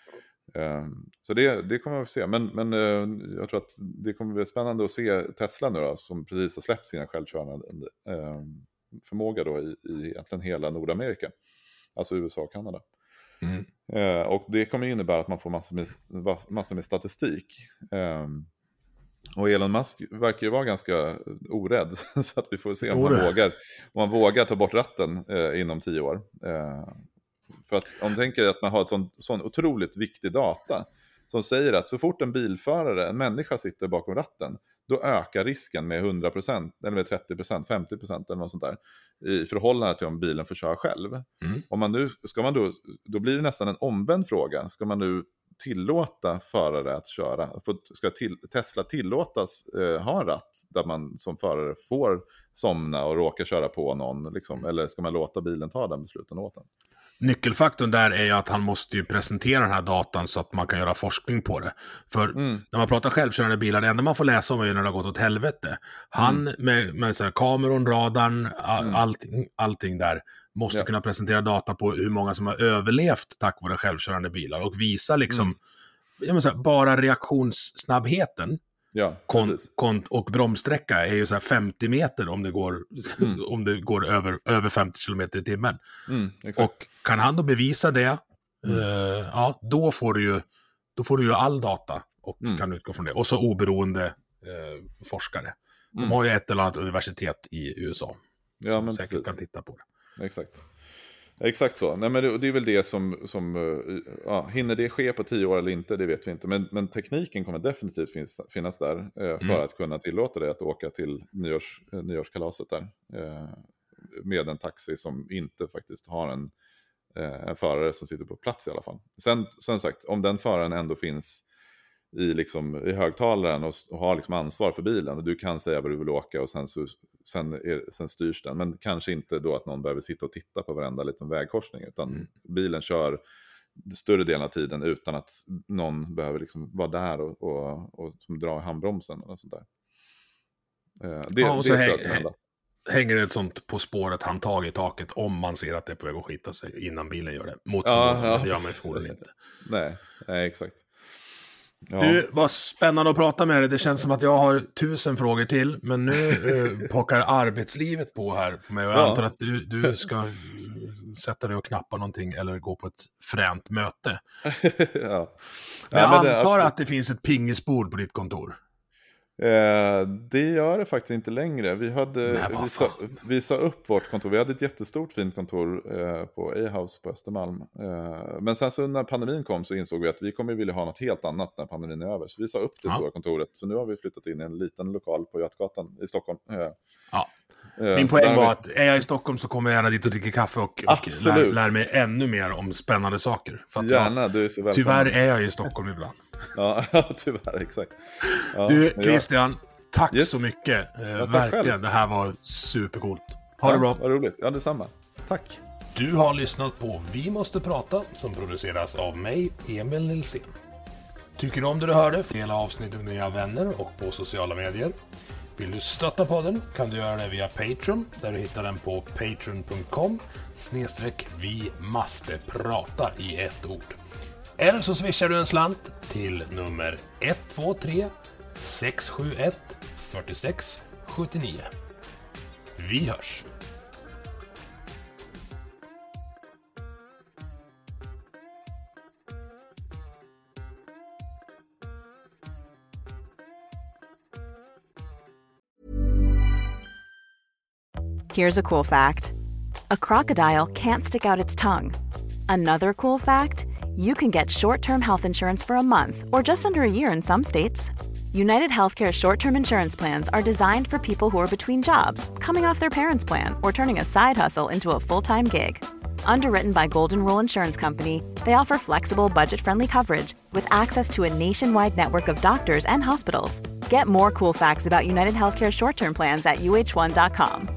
S4: Så det, det kommer vi att se. Men, men jag tror att det kommer bli spännande att se Tesla nu då, som precis har släppt sina självkörande förmåga då i, i egentligen hela Nordamerika, alltså U S A och Kanada. Mm. Eh, och det kommer innebära att man får massor med, massor med statistik. Eh, och Elon Musk verkar ju vara ganska orädd så att vi får se om han vågar, om han vågar ta bort ratten eh, inom tio år. Eh, för att om man tänker att man har ett sån, sån otroligt viktig data som säger att så fort en bilförare, en människa sitter bakom ratten, då ökar risken med hundra procent eller med trettio procent, femtio procent eller något sånt där i förhållande till om bilen får köra själv. Mm. Om man nu, ska man då, då blir det nästan en omvänd fråga. Ska man nu tillåta förare att köra? Ska till, Tesla tillåtas eh, ha en ratt där man som förare får somna och råka köra på någon? Liksom, eller ska man låta bilen ta den besluten åt den?
S3: Nyckelfaktorn där är ju att han måste ju presentera den här datan så att man kan göra forskning på det. För mm. när man pratar självkörande bilar, det enda man får läsa om är ju när det har gått åt helvete. Han mm. med, med så här, kameran, radarn, all, mm. allting, allting där måste
S4: Ja.
S3: kunna presentera data på hur många som har överlevt tack vare självkörande bilar och visa liksom,
S4: Mm.
S3: jag menar så här, bara reaktionssnabbheten
S4: Ja,
S3: kon,
S4: precis.
S3: kon, och bromssträcka är ju så här femtio meter om det går,
S4: Mm.
S3: om det går över, över femtio kilometer i timmen.
S4: Mm, exakt.
S3: Och kan han då bevisa det,
S4: Mm.
S3: eh, ja, då får du ju, då får du ju all data och
S4: Mm.
S3: kan utgå från det. Och så oberoende eh, forskare. De
S4: Mm.
S3: har ju ett eller annat universitet i U S A.
S4: Ja,
S3: som
S4: men
S3: säkert
S4: precis.
S3: kan titta på det.
S4: Exakt. Exakt så. Nej, men det, det är väl det som, som uh, ja, hinner det ske på tio år eller inte, det vet vi inte. Men, men tekniken kommer definitivt finnas, finnas där uh, för
S3: Mm.
S4: att kunna tillåta dig att åka till nyårs, uh, nyårskalaset där. Uh, med en taxi som inte faktiskt har en, uh, en förare som sitter på plats i alla fall. Sen, sen sagt, om den föraren ändå finns i, liksom, i högtalaren och, och har liksom ansvar för bilen och du kan säga vad du vill åka och sen, så, sen, är, sen styrs den, men kanske inte då att någon behöver sitta och titta på varenda liten vägkorsning, utan
S3: Mm.
S4: bilen kör större delen av tiden utan att någon behöver liksom vara där och, och, och, och dra i handbromsen eller sånt där. Eh, det
S3: Ja, och
S4: det
S3: så
S4: tror
S3: häng,
S4: jag kan hända.
S3: hänger det ett sånt på spåret handtag i taket om man ser att det är på väg att skita sig innan bilen gör det. Mot
S4: Ja,
S3: förmodan,
S4: ja.
S3: men det gör man ju förmodligen inte.
S4: Nej, nej, exakt. Ja.
S3: Du, vad spännande att prata med dig. Det känns som att jag har tusen frågor till. Men nu eh, pockar arbetslivet på här på mig. Och jag
S4: Ja.
S3: antar att du, du ska eh, sätta dig och knappa någonting eller gå på ett fränt möte.
S4: ja.
S3: Men
S4: Ja,
S3: jag
S4: men det-
S3: antar
S4: absolut.
S3: att det finns ett pingisbord på ditt kontor.
S4: Eh, det gör det faktiskt inte längre. Vi, hade,
S3: Nej, vad
S4: vi, sa,
S3: fan.
S4: vi sa upp vårt kontor. Vi hade ett jättestort fint kontor eh, på A-house på Östermalm. Eh, men sen så när pandemin kom så insåg vi att vi kommer vilja ha något helt annat när pandemin är över. Så vi sa upp det
S3: Ja.
S4: stora kontoret. Så nu har vi flyttat in i en liten lokal på Götgatan i Stockholm. Eh,
S3: Ja.
S4: eh,
S3: Min
S4: så där
S3: poäng
S4: har
S3: var
S4: vi-
S3: att är jag i Stockholm så kommer jag gärna dit och dricka kaffe och, och lär,
S4: Absolut.
S3: lär mig ännu mer om spännande saker. För att jag,
S4: Gärna, du är så välkommen.
S3: tyvärr är jag i Stockholm ibland.
S4: Ja, tyvärr, exakt. Ja,
S3: Du,
S4: men jag-
S3: Christian, tack
S4: Yes.
S3: så mycket. Eh,
S4: tack
S3: verkligen,
S4: själv.
S3: det här var supercoolt. Ha det
S4: Ja,
S3: bra.
S4: vad roligt. Ja, detsamma. Tack.
S3: Du har lyssnat på Vi måste prata som produceras av mig, Emil Nilsson. Tycker du om det du hörde? Dela avsnittet med dina vänner och på sociala medier. Vill du stötta podden kan du göra det via Patreon där du hittar den på patreon punkt com snedstreck vi måste prata i ett ord. Eller så swishar du en slant till nummer ett två tre sex sju ett fyra sex sju nio. Vi hörs!
S8: Here's a cool fact. A crocodile can't stick out its tongue. Another cool fact, you can get short-term health insurance for a month or just under a year in some states. United Healthcare short-term insurance plans are designed for people who are between jobs, coming off their parents' plan, or turning a side hustle into a full-time gig. Underwritten by Golden Rule Insurance Company, they offer flexible, budget-friendly coverage with access to a nationwide network of doctors and hospitals. Get more cool facts about United Healthcare short-term plans at u h one dot com.